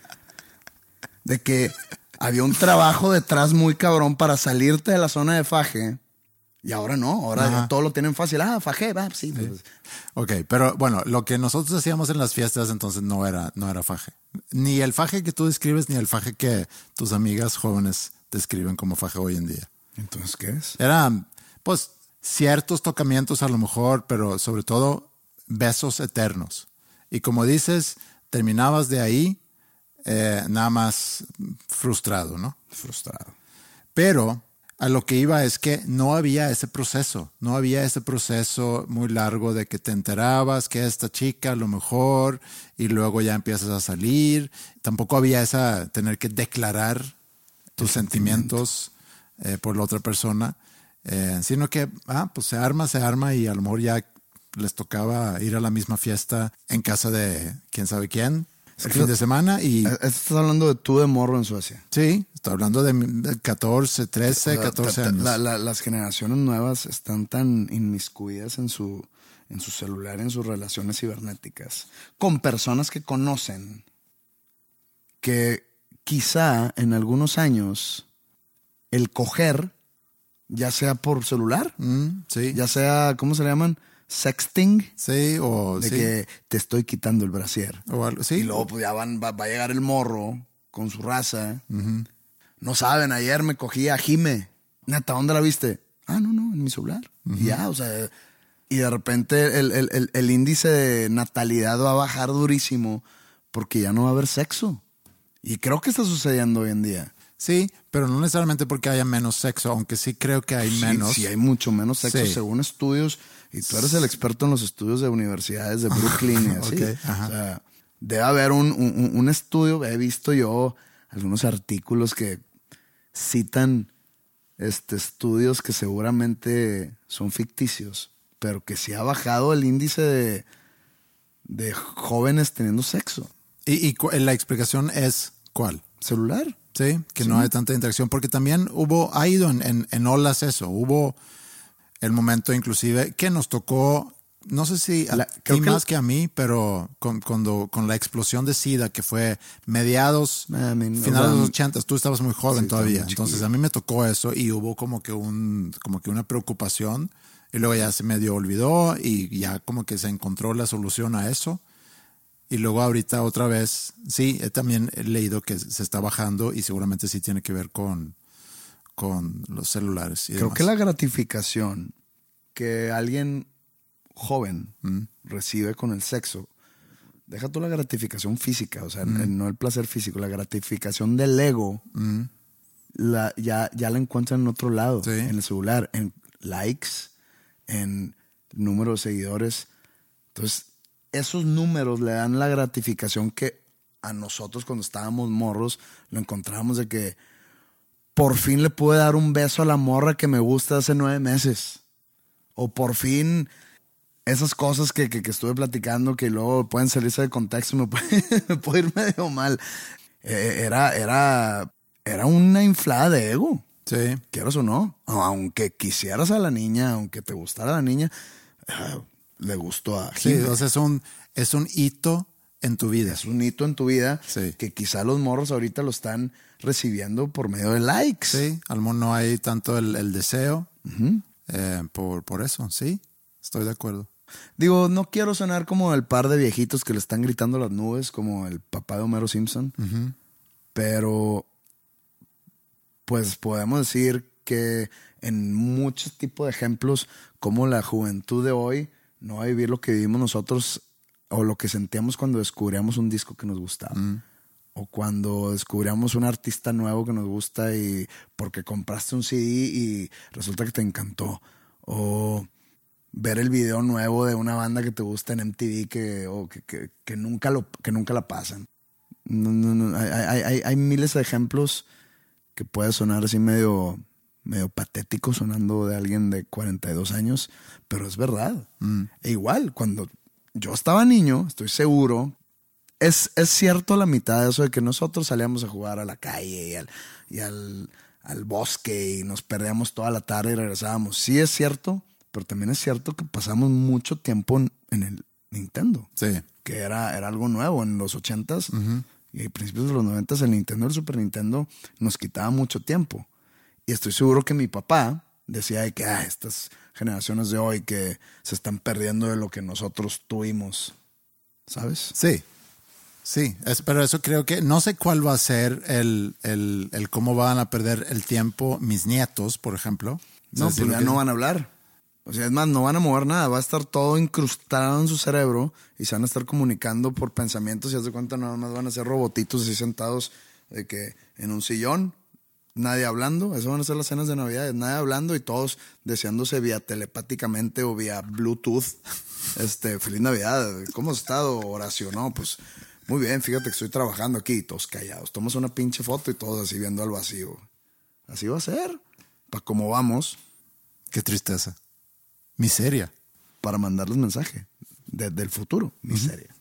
De que había un trabajo detrás muy cabrón para salirte de la zona de faje. Y ahora no, ahora todo lo tienen fácil. Faje, va, sí. Pues. Ok, pero bueno, lo que nosotros hacíamos en las fiestas entonces no era faje. Ni el faje que tú describes, ni el faje que tus amigas jóvenes describen como faje hoy en día. Entonces, ¿qué es? Eran, pues, ciertos tocamientos a lo mejor, pero sobre todo besos eternos. Y como dices, terminabas de ahí nada más frustrado, ¿no? Frustrado. Pero a lo que iba es que no había ese proceso muy largo de que te enterabas que esta chica a lo mejor y luego ya empiezas a salir. Tampoco había tener que declarar tus sentimientos por la otra persona, sino que pues se arma y a lo mejor ya les tocaba ir a la misma fiesta en casa de quién sabe quién. El fin de semana y... Estás hablando de tú de morro en Suecia. Sí, estoy hablando de 14 años. Las generaciones nuevas están tan inmiscuidas en su celular, en sus relaciones cibernéticas, con personas que conocen, que quizá en algunos años el coger, ya sea por celular, sí. ya sea, ¿cómo se le llaman? Sexting. Sí, o de sí. que te estoy quitando el brasier. O algo, sí. Y luego pues ya va a llegar el morro con su raza. No saben, ayer me cogí a Jime. Neta, ¿dónde la viste? No, en mi celular. Y ya, o sea, y de repente el índice de natalidad va a bajar durísimo porque ya no va a haber sexo. Y creo que está sucediendo hoy en día. Sí, pero no necesariamente porque haya menos sexo, aunque sí creo que hay menos. Sí, hay mucho menos sexo según estudios. Y tú eres el experto en los estudios de universidades de Brooklyn y así. Okay, o sea, debe haber un estudio. He visto yo algunos artículos que citan estudios que seguramente son ficticios, pero que sí ha bajado el índice de jóvenes teniendo sexo. ¿Y la explicación es cuál? Celular. Sí, que no hay tanta interacción, porque también ha ido en olas eso. Hubo el momento inclusive que nos tocó, no sé si creo más que a mí, pero con la explosión de SIDA, que fue finales de los 80, tú estabas muy joven todavía. Entonces a mí me tocó eso y hubo como que una preocupación, y luego ya se medio olvidó y ya como que se encontró la solución a eso. Y luego ahorita otra vez, sí, también he leído que se está bajando y seguramente sí tiene que ver con los celulares y Creo demás. que la gratificación que alguien joven recibe con el sexo, deja tú la gratificación física, o sea, no el placer físico, la gratificación del ego, ya la encuentran en otro lado, en el celular, en likes, en número de seguidores. Entonces, esos números le dan la gratificación que a nosotros cuando estábamos morros lo encontrábamos de que por fin le pude dar un beso a la morra que me gusta hace 9 meses. O por fin esas cosas que estuve platicando que luego pueden salirse de contexto y me puede ir medio mal. Era una inflada de ego. Sí. Quieras o no. Aunque quisieras a la niña, aunque te gustara la niña, le gustó a Sí, entonces es un hito en tu vida. Es un hito en tu vida que quizá los morros ahorita lo están recibiendo por medio de likes. Sí, al menos no hay tanto el deseo por eso, sí, estoy de acuerdo. Digo, no quiero sonar como el par de viejitos que le están gritando a las nubes, como el papá de Homero Simpson, pero pues podemos decir que en muchos tipos de ejemplos, como la juventud de hoy no va a vivir lo que vivimos nosotros o lo que sentíamos cuando descubríamos un disco que nos gustaba. O cuando descubríamos un artista nuevo que nos gusta y porque compraste un CD y resulta que te encantó. O ver el video nuevo de una banda que te gusta en MTV que nunca la pasan. No, hay miles de ejemplos que puede sonar así medio patético, sonando de alguien de 42 años, pero es verdad. E igual, cuando yo estaba niño, estoy seguro, es cierto la mitad de eso de que nosotros salíamos a jugar a la calle y al bosque y nos perdíamos toda la tarde y regresábamos. Sí es cierto, pero también es cierto que pasamos mucho tiempo en el Nintendo. Sí. Que era algo nuevo en los 80s y a principios de los 90s. El Nintendo, el Super Nintendo nos quitaba mucho tiempo. Y estoy seguro que mi papá decía de que estas generaciones de hoy que se están perdiendo de lo que nosotros tuvimos, ¿sabes? Sí, pero eso creo que, no sé cuál va a ser el cómo van a perder el tiempo mis nietos, por ejemplo. No, pues ya no van a hablar. O sea, es más, no van a mover nada. Va a estar todo incrustado en su cerebro y se van a estar comunicando por pensamientos y haz de cuenta nada más van a ser robotitos así sentados de que en un sillón, nadie hablando. Eso van a ser las cenas de Navidad, nadie hablando y todos deseándose vía telepáticamente o vía Bluetooth. Feliz Navidad, ¿cómo has estado, Horacio? No, pues muy bien, fíjate que estoy trabajando aquí, todos callados. Tomas una pinche foto y todos así viendo al vacío. Así va a ser, para cómo vamos. Qué tristeza. Miseria. Para mandarles mensaje del futuro, miseria.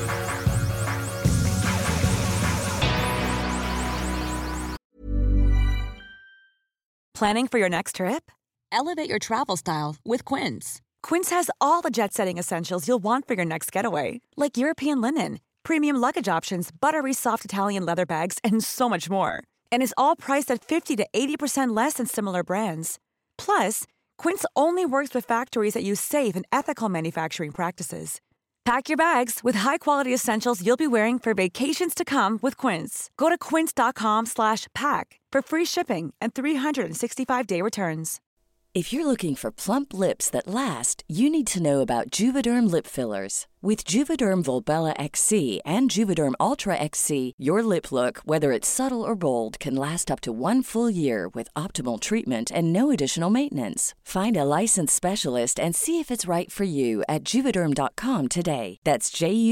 Planning for your next trip? Elevate your travel style with Quince. Quince has all the jet-setting essentials you'll want for your next getaway, like European linen, premium luggage options, buttery soft Italian leather bags, and so much more. And is all priced at 50 to 80% less than similar brands. Plus, Quince only works with factories that use safe and ethical manufacturing practices. Pack your bags with high-quality essentials you'll be wearing for vacations to come with Quince. Go to quince.com/pack for free shipping and 365-day returns. If you're looking for plump lips that last, you need to know about Juvederm lip fillers. With Juvederm Volbella XC and Juvederm Ultra XC, your lip look, whether it's subtle or bold, can last up to 1 full year with optimal treatment and no additional maintenance. Find a licensed specialist and see if it's right for you at Juvederm.com today. That's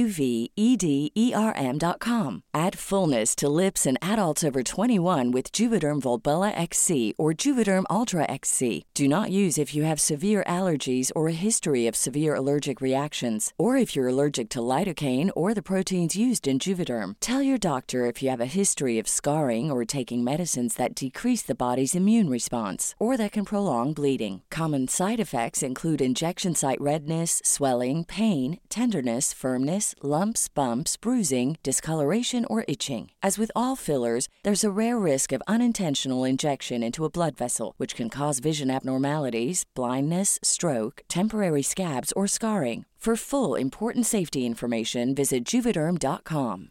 JUVEDERM.com. Add fullness to lips in adults over 21 with Juvederm Volbella XC or Juvederm Ultra XC. Do not use if you have severe allergies or a history of severe allergic reactions, or if you're allergic to lidocaine or the proteins used in Juvederm. Tell your doctor if you have a history of scarring or taking medicines that decrease the body's immune response or that can prolong bleeding. Common side effects include injection site redness, swelling, pain, tenderness, firmness, lumps, bumps, bruising, discoloration, or itching. As with all fillers, there's a rare risk of unintentional injection into a blood vessel, which can cause vision abnormalities, blindness, stroke, temporary scabs, or scarring. For full, important safety information, visit Juvederm.com.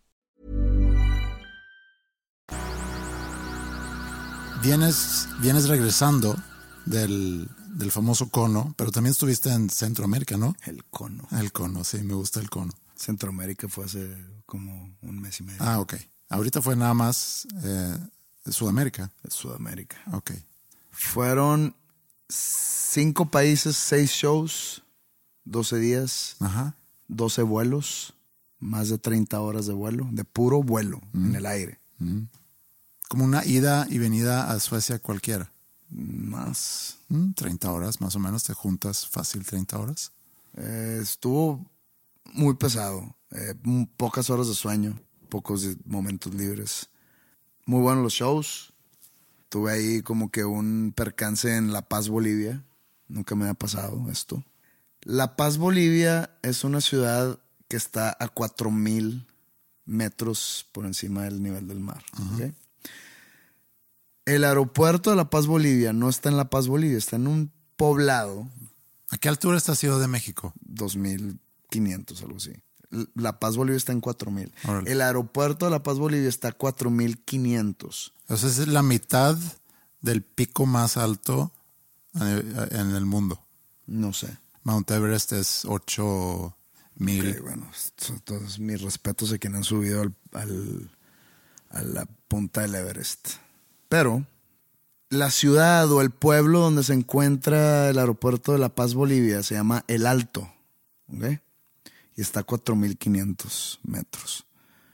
Vienes regresando del famoso cono, pero también estuviste en Centroamérica, ¿no? El cono. El cono, sí, me gusta el cono. Centroamérica fue hace como 1 mes y medio. Ah, ok. Ahorita fue nada más Sudamérica. Sudamérica. Ok. Fueron 5 países, 6 shows, 12 días, Ajá. 12 vuelos, más de 30 horas de vuelo, de puro vuelo en el aire. Como una ida y venida a Suecia cualquiera. Más. 30 horas, más o menos. Te juntas fácil 30 horas. Estuvo muy pesado. Pocas horas de sueño, pocos momentos libres. Muy buenos los shows. Tuve ahí como que un percance en La Paz, Bolivia. Nunca me había pasado esto. La Paz, Bolivia es una ciudad que está a 4,000 metros por encima del nivel del mar. ¿Okay? El aeropuerto de La Paz, Bolivia no está en La Paz, Bolivia, está en un poblado. ¿A qué altura está Ciudad de México? 2,500, algo así. La Paz, Bolivia está en 4,000. Órale. El aeropuerto de La Paz, Bolivia está a 4,500. O sea, es la mitad del pico más alto en el mundo. No sé. Mount Everest es 8,000. Okay, bueno, todos mis respetos a quienes han subido a la punta del Everest. Pero la ciudad o el pueblo donde se encuentra el aeropuerto de La Paz, Bolivia, se llama El Alto. ¿Okay? Y está a 4,500 metros.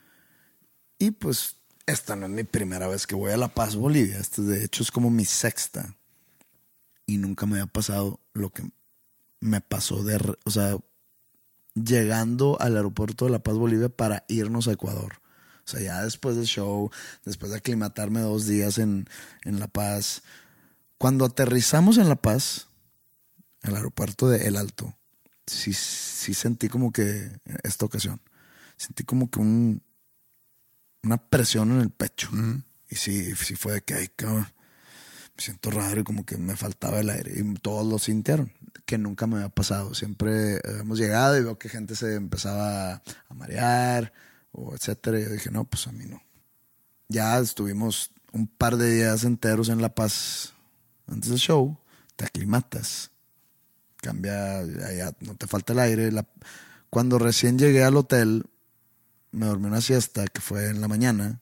Y pues esta no es mi primera vez que voy a La Paz, Bolivia. De hecho es como mi 6ª. Y nunca me había pasado lo que me pasó o sea, llegando al aeropuerto de La Paz, Bolivia para irnos a Ecuador. O sea, ya después del show, después de aclimatarme 2 días en La Paz. Cuando aterrizamos en La Paz, el aeropuerto de El Alto, sí sentí como que, esta ocasión, sentí como que una presión en el pecho. Y sí fue de que, ay, cabrón, me siento raro y como que me faltaba el aire. Y todos lo sintieron, que nunca me había pasado. Siempre hemos llegado y veo que gente se empezaba a marear o etcétera. Y yo dije, no, pues a mí no. Ya estuvimos un par de días enteros en La Paz antes del show. Te aclimatas. Cambia, ya no te falta el aire. Cuando recién llegué al hotel, me dormí una siesta que fue en la mañana.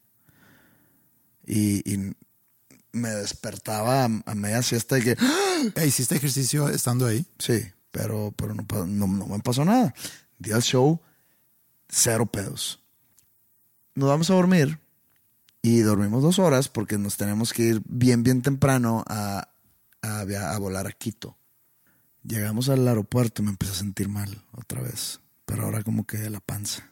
Y me despertaba a media siesta y que... ¿Hiciste ejercicio estando ahí? Sí, pero no me pasó nada. Di al show, 0 pedos. Nos vamos a dormir y dormimos 2 horas porque nos tenemos que ir bien temprano a volar a Quito. Llegamos al aeropuerto y me empecé a sentir mal otra vez, pero ahora como que de la panza.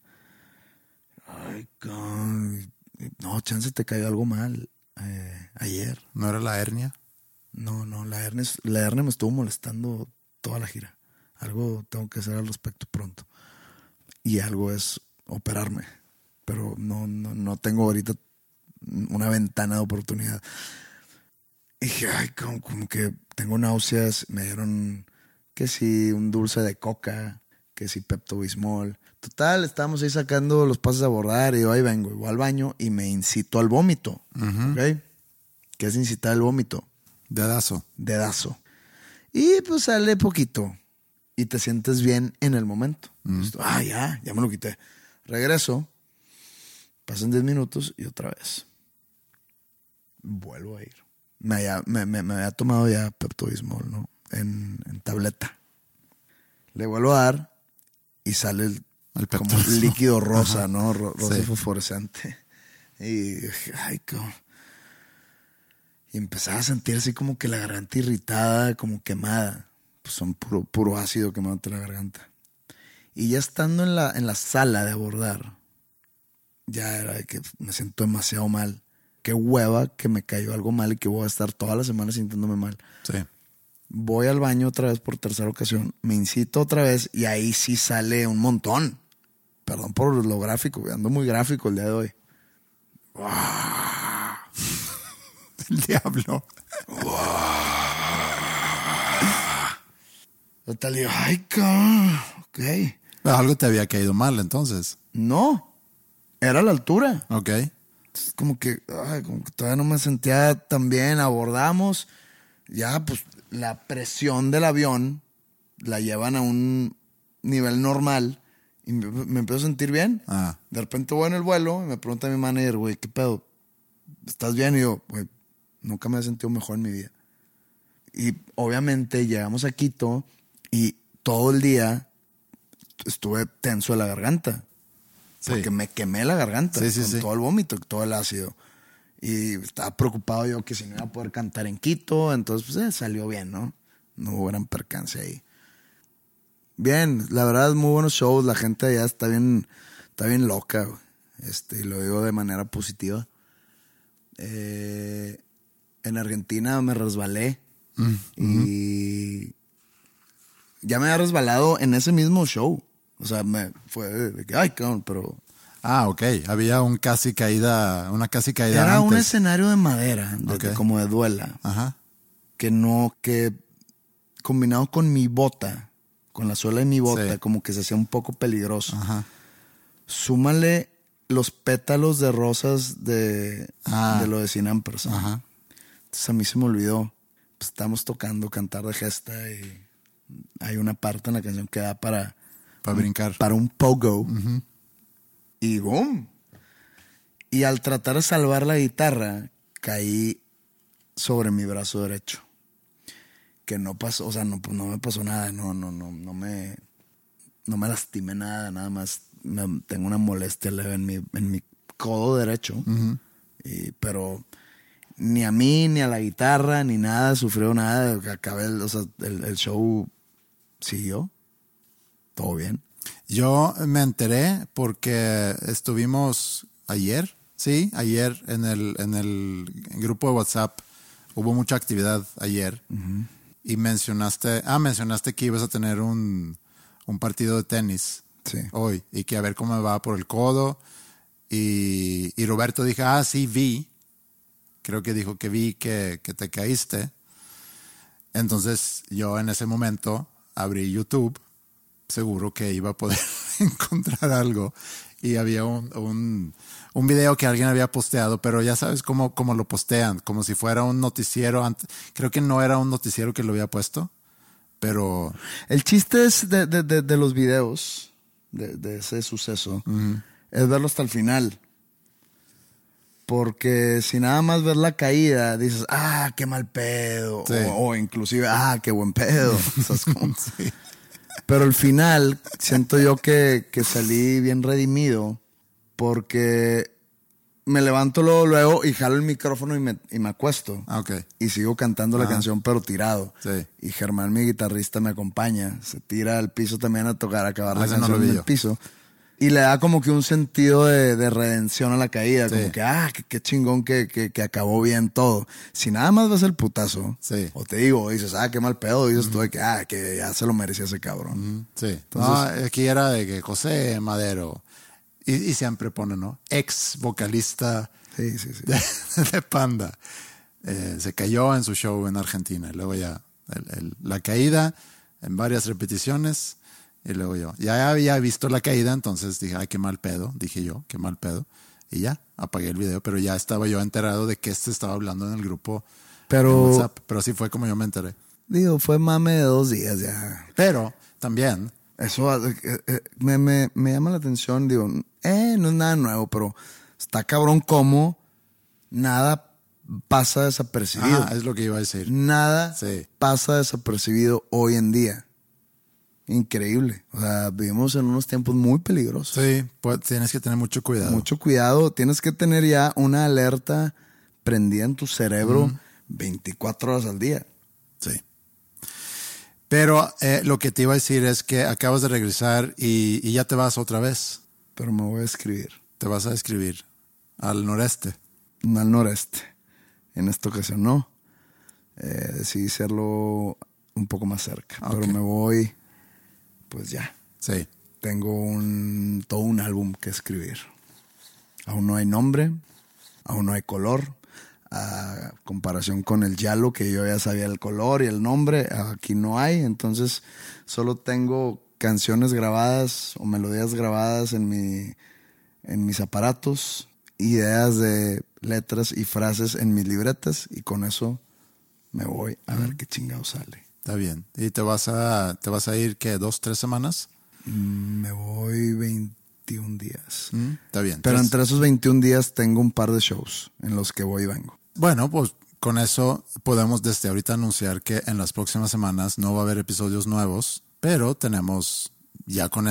Ay, God. No, chance te cayó algo mal ayer. ¿No era la hernia? No, la hernia me estuvo molestando toda la gira. Algo tengo que hacer al respecto pronto. Y algo es operarme. Pero no tengo ahorita una ventana de oportunidad. Y dije, ay, como que tengo náuseas. Me dieron que sí, un dulce de coca, que sí, Pepto-Bismol. Total, estábamos ahí sacando los pases a abordar y yo ahí vengo, voy al baño y me incitó al vómito. ¿Okay? ¿Qué es incitar al vómito? Dedazo. Y pues sale poquito. y te sientes bien en el momento. Ya me lo quité. Regreso, pasan 10 minutos y otra vez vuelvo a ir. Me había tomado ya Pepto-Bismol, ¿no? En tableta. Le vuelvo a dar y sale el como líquido rosa, ajá, ¿no? Rosa fosforescente. Y dije, ay, cabrón. Y empezaba a sentir así como que la garganta irritada, como quemada. Pues son puro ácido quemándote la garganta. Y ya estando en la sala de abordar, ya era de que me siento demasiado mal. Qué hueva que me cayó algo mal y que voy a estar toda la semana sintiéndome mal. Sí. Voy al baño otra vez por tercera ocasión, me incito otra vez y ahí sí sale un montón. Perdón por lo gráfico, ando muy gráfico el día de hoy. El diablo. Total, digo, ay, cabrón. Ok. Pero algo te había caído mal entonces. No, era la altura. Ok. Entonces, como que todavía no me sentía tan bien. Abordamos, ya pues la presión del avión la llevan a un nivel normal y me empiezo a sentir bien. De repente voy en el vuelo y me pregunta mi manager, güey, ¿qué pedo? ¿Estás bien? Y yo, güey, nunca me he sentido mejor en mi vida. Y obviamente llegamos a Quito y todo el día estuve tenso de la garganta. Sí. Porque me quemé la garganta con todo el vómito, todo el ácido. Y estaba preocupado yo que si no iba a poder cantar en Quito. Entonces, pues salió bien, ¿no? No hubo gran percance ahí. Bien, la verdad, muy buenos shows. La gente allá está bien loca, güey. Y lo digo de manera positiva. En Argentina me resbalé. Y ya me había resbalado en ese mismo show. O sea, me fue de que, ay, cabrón, pero... Ok. Había una casi caída Era antes. un escenario de madera, como de duela. Ajá. Que combinado con mi bota, con la suela de mi bota, como que se hacía un poco peligroso. Ajá. Súmale los pétalos de rosas de lo de Sin Ampersand. Ajá. Entonces a mí se me olvidó. Pues estamos tocando Cantar de Gesta y hay una parte en la canción que da para brincar. Para un pogo. Y boom. Y al tratar de salvar la guitarra, caí sobre mi brazo derecho. Que no pasó, o sea, no me pasó nada, no me lastimé nada más. Tengo una molestia leve en mi codo derecho. Pero ni a mí, ni a la guitarra, ni nada, sufrió nada. Acabé, el show siguió. Todo bien. Yo me enteré porque estuvimos ayer en el grupo de WhatsApp. Hubo mucha actividad ayer. Y mencionaste que ibas a tener un partido de tenis hoy y que a ver cómo me va por el codo. Y Roberto dijo, sí, vi. Creo que dijo que vi que te caíste. Entonces yo en ese momento abrí YouTube, seguro que iba a poder encontrar algo. Y había un video que alguien había posteado, pero ya sabes cómo lo postean, como si fuera un noticiero. Creo que no era un noticiero que lo había puesto, pero... El chiste es de los videos, de ese suceso, es verlo hasta el final. Porque si nada más ves la caída, dices, qué mal pedo. Sí. O inclusive, qué buen pedo. Sí. Pero al final siento yo que salí bien redimido porque me levanto luego y jalo el micrófono y me acuesto. Okay. Y sigo cantando la canción pero tirado. Sí. Y Germán, mi guitarrista, me acompaña. Se tira al piso también a tocar, a acabar la canción en el piso. Y le da como que un sentido de redención a la caída. Como que, qué chingón que acabó bien todo. Si nada más ves el putazo, o te digo, dices, qué mal pedo, dices tú de que ya se lo merecía ese cabrón. Sí. Entonces, aquí era de que José Madero, y siempre pone, ¿no? Ex vocalista de Panda. Se cayó en su show en Argentina. Y luego ya la caída en varias repeticiones. Y luego yo ya había visto la caída, entonces dije, qué mal pedo, dije yo, qué mal pedo. Y ya, apagué el video, pero ya estaba yo enterado de que estaba hablando en el grupo de WhatsApp. Pero así fue como yo me enteré. Digo, fue mame de 2 días ya. Pero también... Eso me llama la atención. Digo, no es nada nuevo, pero está cabrón cómo nada pasa desapercibido. Ah, es lo que iba a decir. Nada Sí. pasa desapercibido hoy en día. Increíble. O sea, vivimos en unos tiempos muy peligrosos. Sí, pues tienes que tener mucho cuidado. Mucho cuidado. Tienes que tener ya una alerta prendida en tu cerebro 24 horas al día. Sí. Pero lo que te iba a decir es que acabas de regresar y ya te vas otra vez. Pero me voy a escribir. Te vas a escribir al noreste. No al noreste. En esta ocasión no. Decidí hacerlo un poco más cerca. Okay. Pero me voy, pues ya. Sí. Tengo todo un álbum que escribir. Aún no hay nombre, aún no hay color. A comparación con el Yalo, que yo ya sabía el color y el nombre, aquí no hay. Entonces solo tengo canciones grabadas o melodías grabadas en mis aparatos, ideas de letras y frases en mis libretas, y con eso me voy a ver qué chingado sale. Está bien. ¿Y te vas a ir qué, 2-3 semanas? Me voy 21 días. Está bien. Pero Entonces, entre esos 21 días tengo un par de shows en los que voy y vengo. bueno, pues con eso podemos desde ahorita anunciar que en las próximas semanas no va a haber episodios nuevos, pero tenemos ya con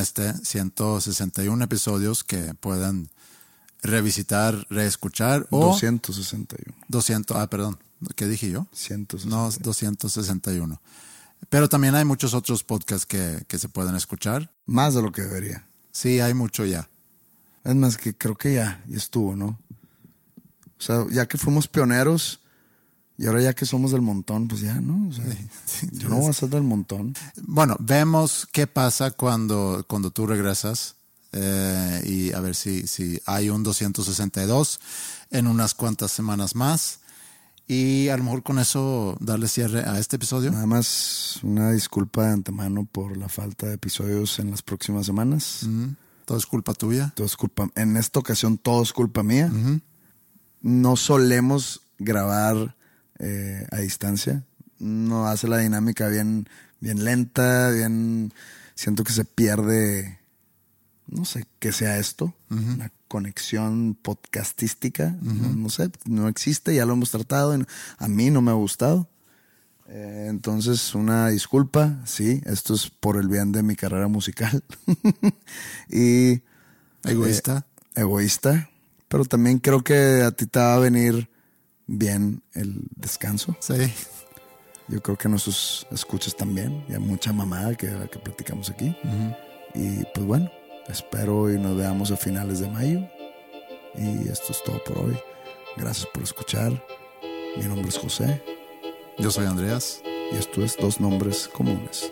161 episodios que pueden revisitar, reescuchar o 261. 200, perdón, ¿qué dije yo? 161. No, 261. Pero también hay muchos otros podcasts que se pueden escuchar. Más de lo que debería. Sí, hay mucho ya. Es más, que creo que ya estuvo, ¿no? O sea, ya que fuimos pioneros y ahora ya que somos del montón, pues ya, ¿no? O sea, Sí, yo no voy a ser del montón. Bueno, vemos qué pasa cuando tú regresas y a ver si hay un 262 en unas cuantas semanas más. Y a lo mejor con eso darle cierre a este episodio. Nada más una disculpa de antemano por la falta de episodios en las próximas semanas. Todo es culpa tuya. Todo es culpa. En esta ocasión todo es culpa mía. No solemos grabar a distancia. No hace la dinámica bien lenta, siento que se pierde, no sé qué sea esto, una conexión podcastística, no sé, no existe, ya lo hemos tratado, a mí no me ha gustado. Entonces, una disculpa, sí, esto es por el bien de mi carrera musical. Y Egoísta. Egoísta, pero también creo que a ti te va a venir bien el descanso. Sí. Yo creo que a nuestros escuchas también, y hay mucha mamada que platicamos aquí. Y pues bueno, espero y nos veamos a finales de mayo. Y esto es todo por hoy. Gracias por escuchar. Mi nombre es José. Yo soy Andreas. Y esto es Dos Nombres Comunes.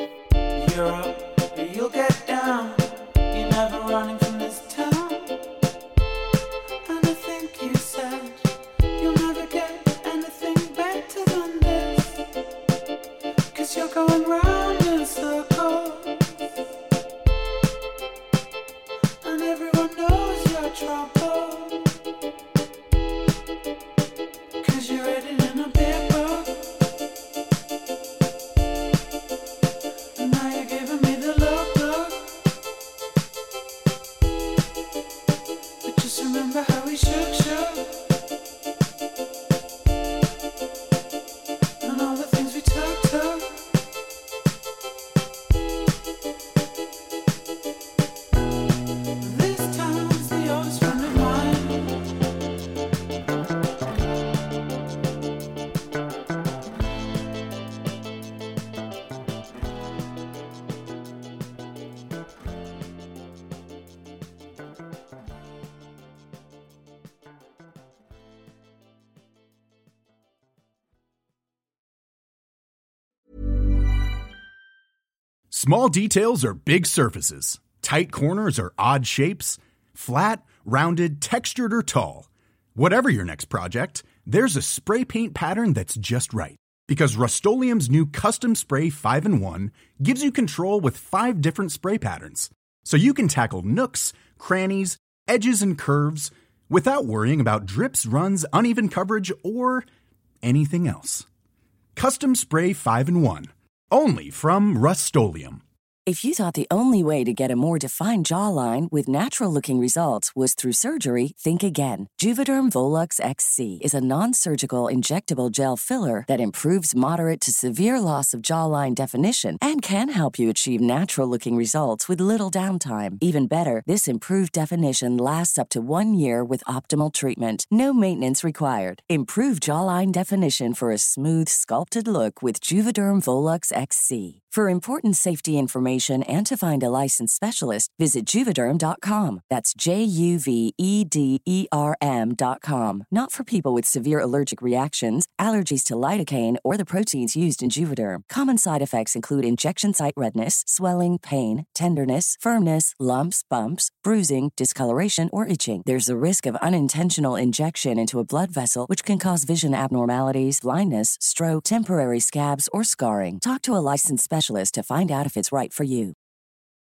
Small details are big surfaces. Tight corners are odd shapes. Flat, rounded, textured, or tall. Whatever your next project, there's a spray paint pattern that's just right. Because Rust-Oleum's new Custom Spray 5-in-1 gives you control with 5 different spray patterns. So you can tackle nooks, crannies, edges, and curves without worrying about drips, runs, uneven coverage, or anything else. Custom Spray 5-in-1. Only from Rust-Oleum. If you thought the only way to get a more defined jawline with natural-looking results was through surgery, think again. Juvederm Volux XC is a non-surgical injectable gel filler that improves moderate to severe loss of jawline definition and can help you achieve natural-looking results with little downtime. Even better, this improved definition lasts up to 1 year with optimal treatment. No maintenance required. Improve jawline definition for a smooth, sculpted look with Juvederm Volux XC. For important safety information and to find a licensed specialist, visit Juvederm.com. That's JUVEDERM.com. Not for people with severe allergic reactions, allergies to lidocaine, or the proteins used in Juvederm. Common side effects include injection site redness, swelling, pain, tenderness, firmness, lumps, bumps, bruising, discoloration, or itching. There's a risk of unintentional injection into a blood vessel, which can cause vision abnormalities, blindness, stroke, temporary scabs, or scarring. Talk to a licensed specialist to find out if it's right for you.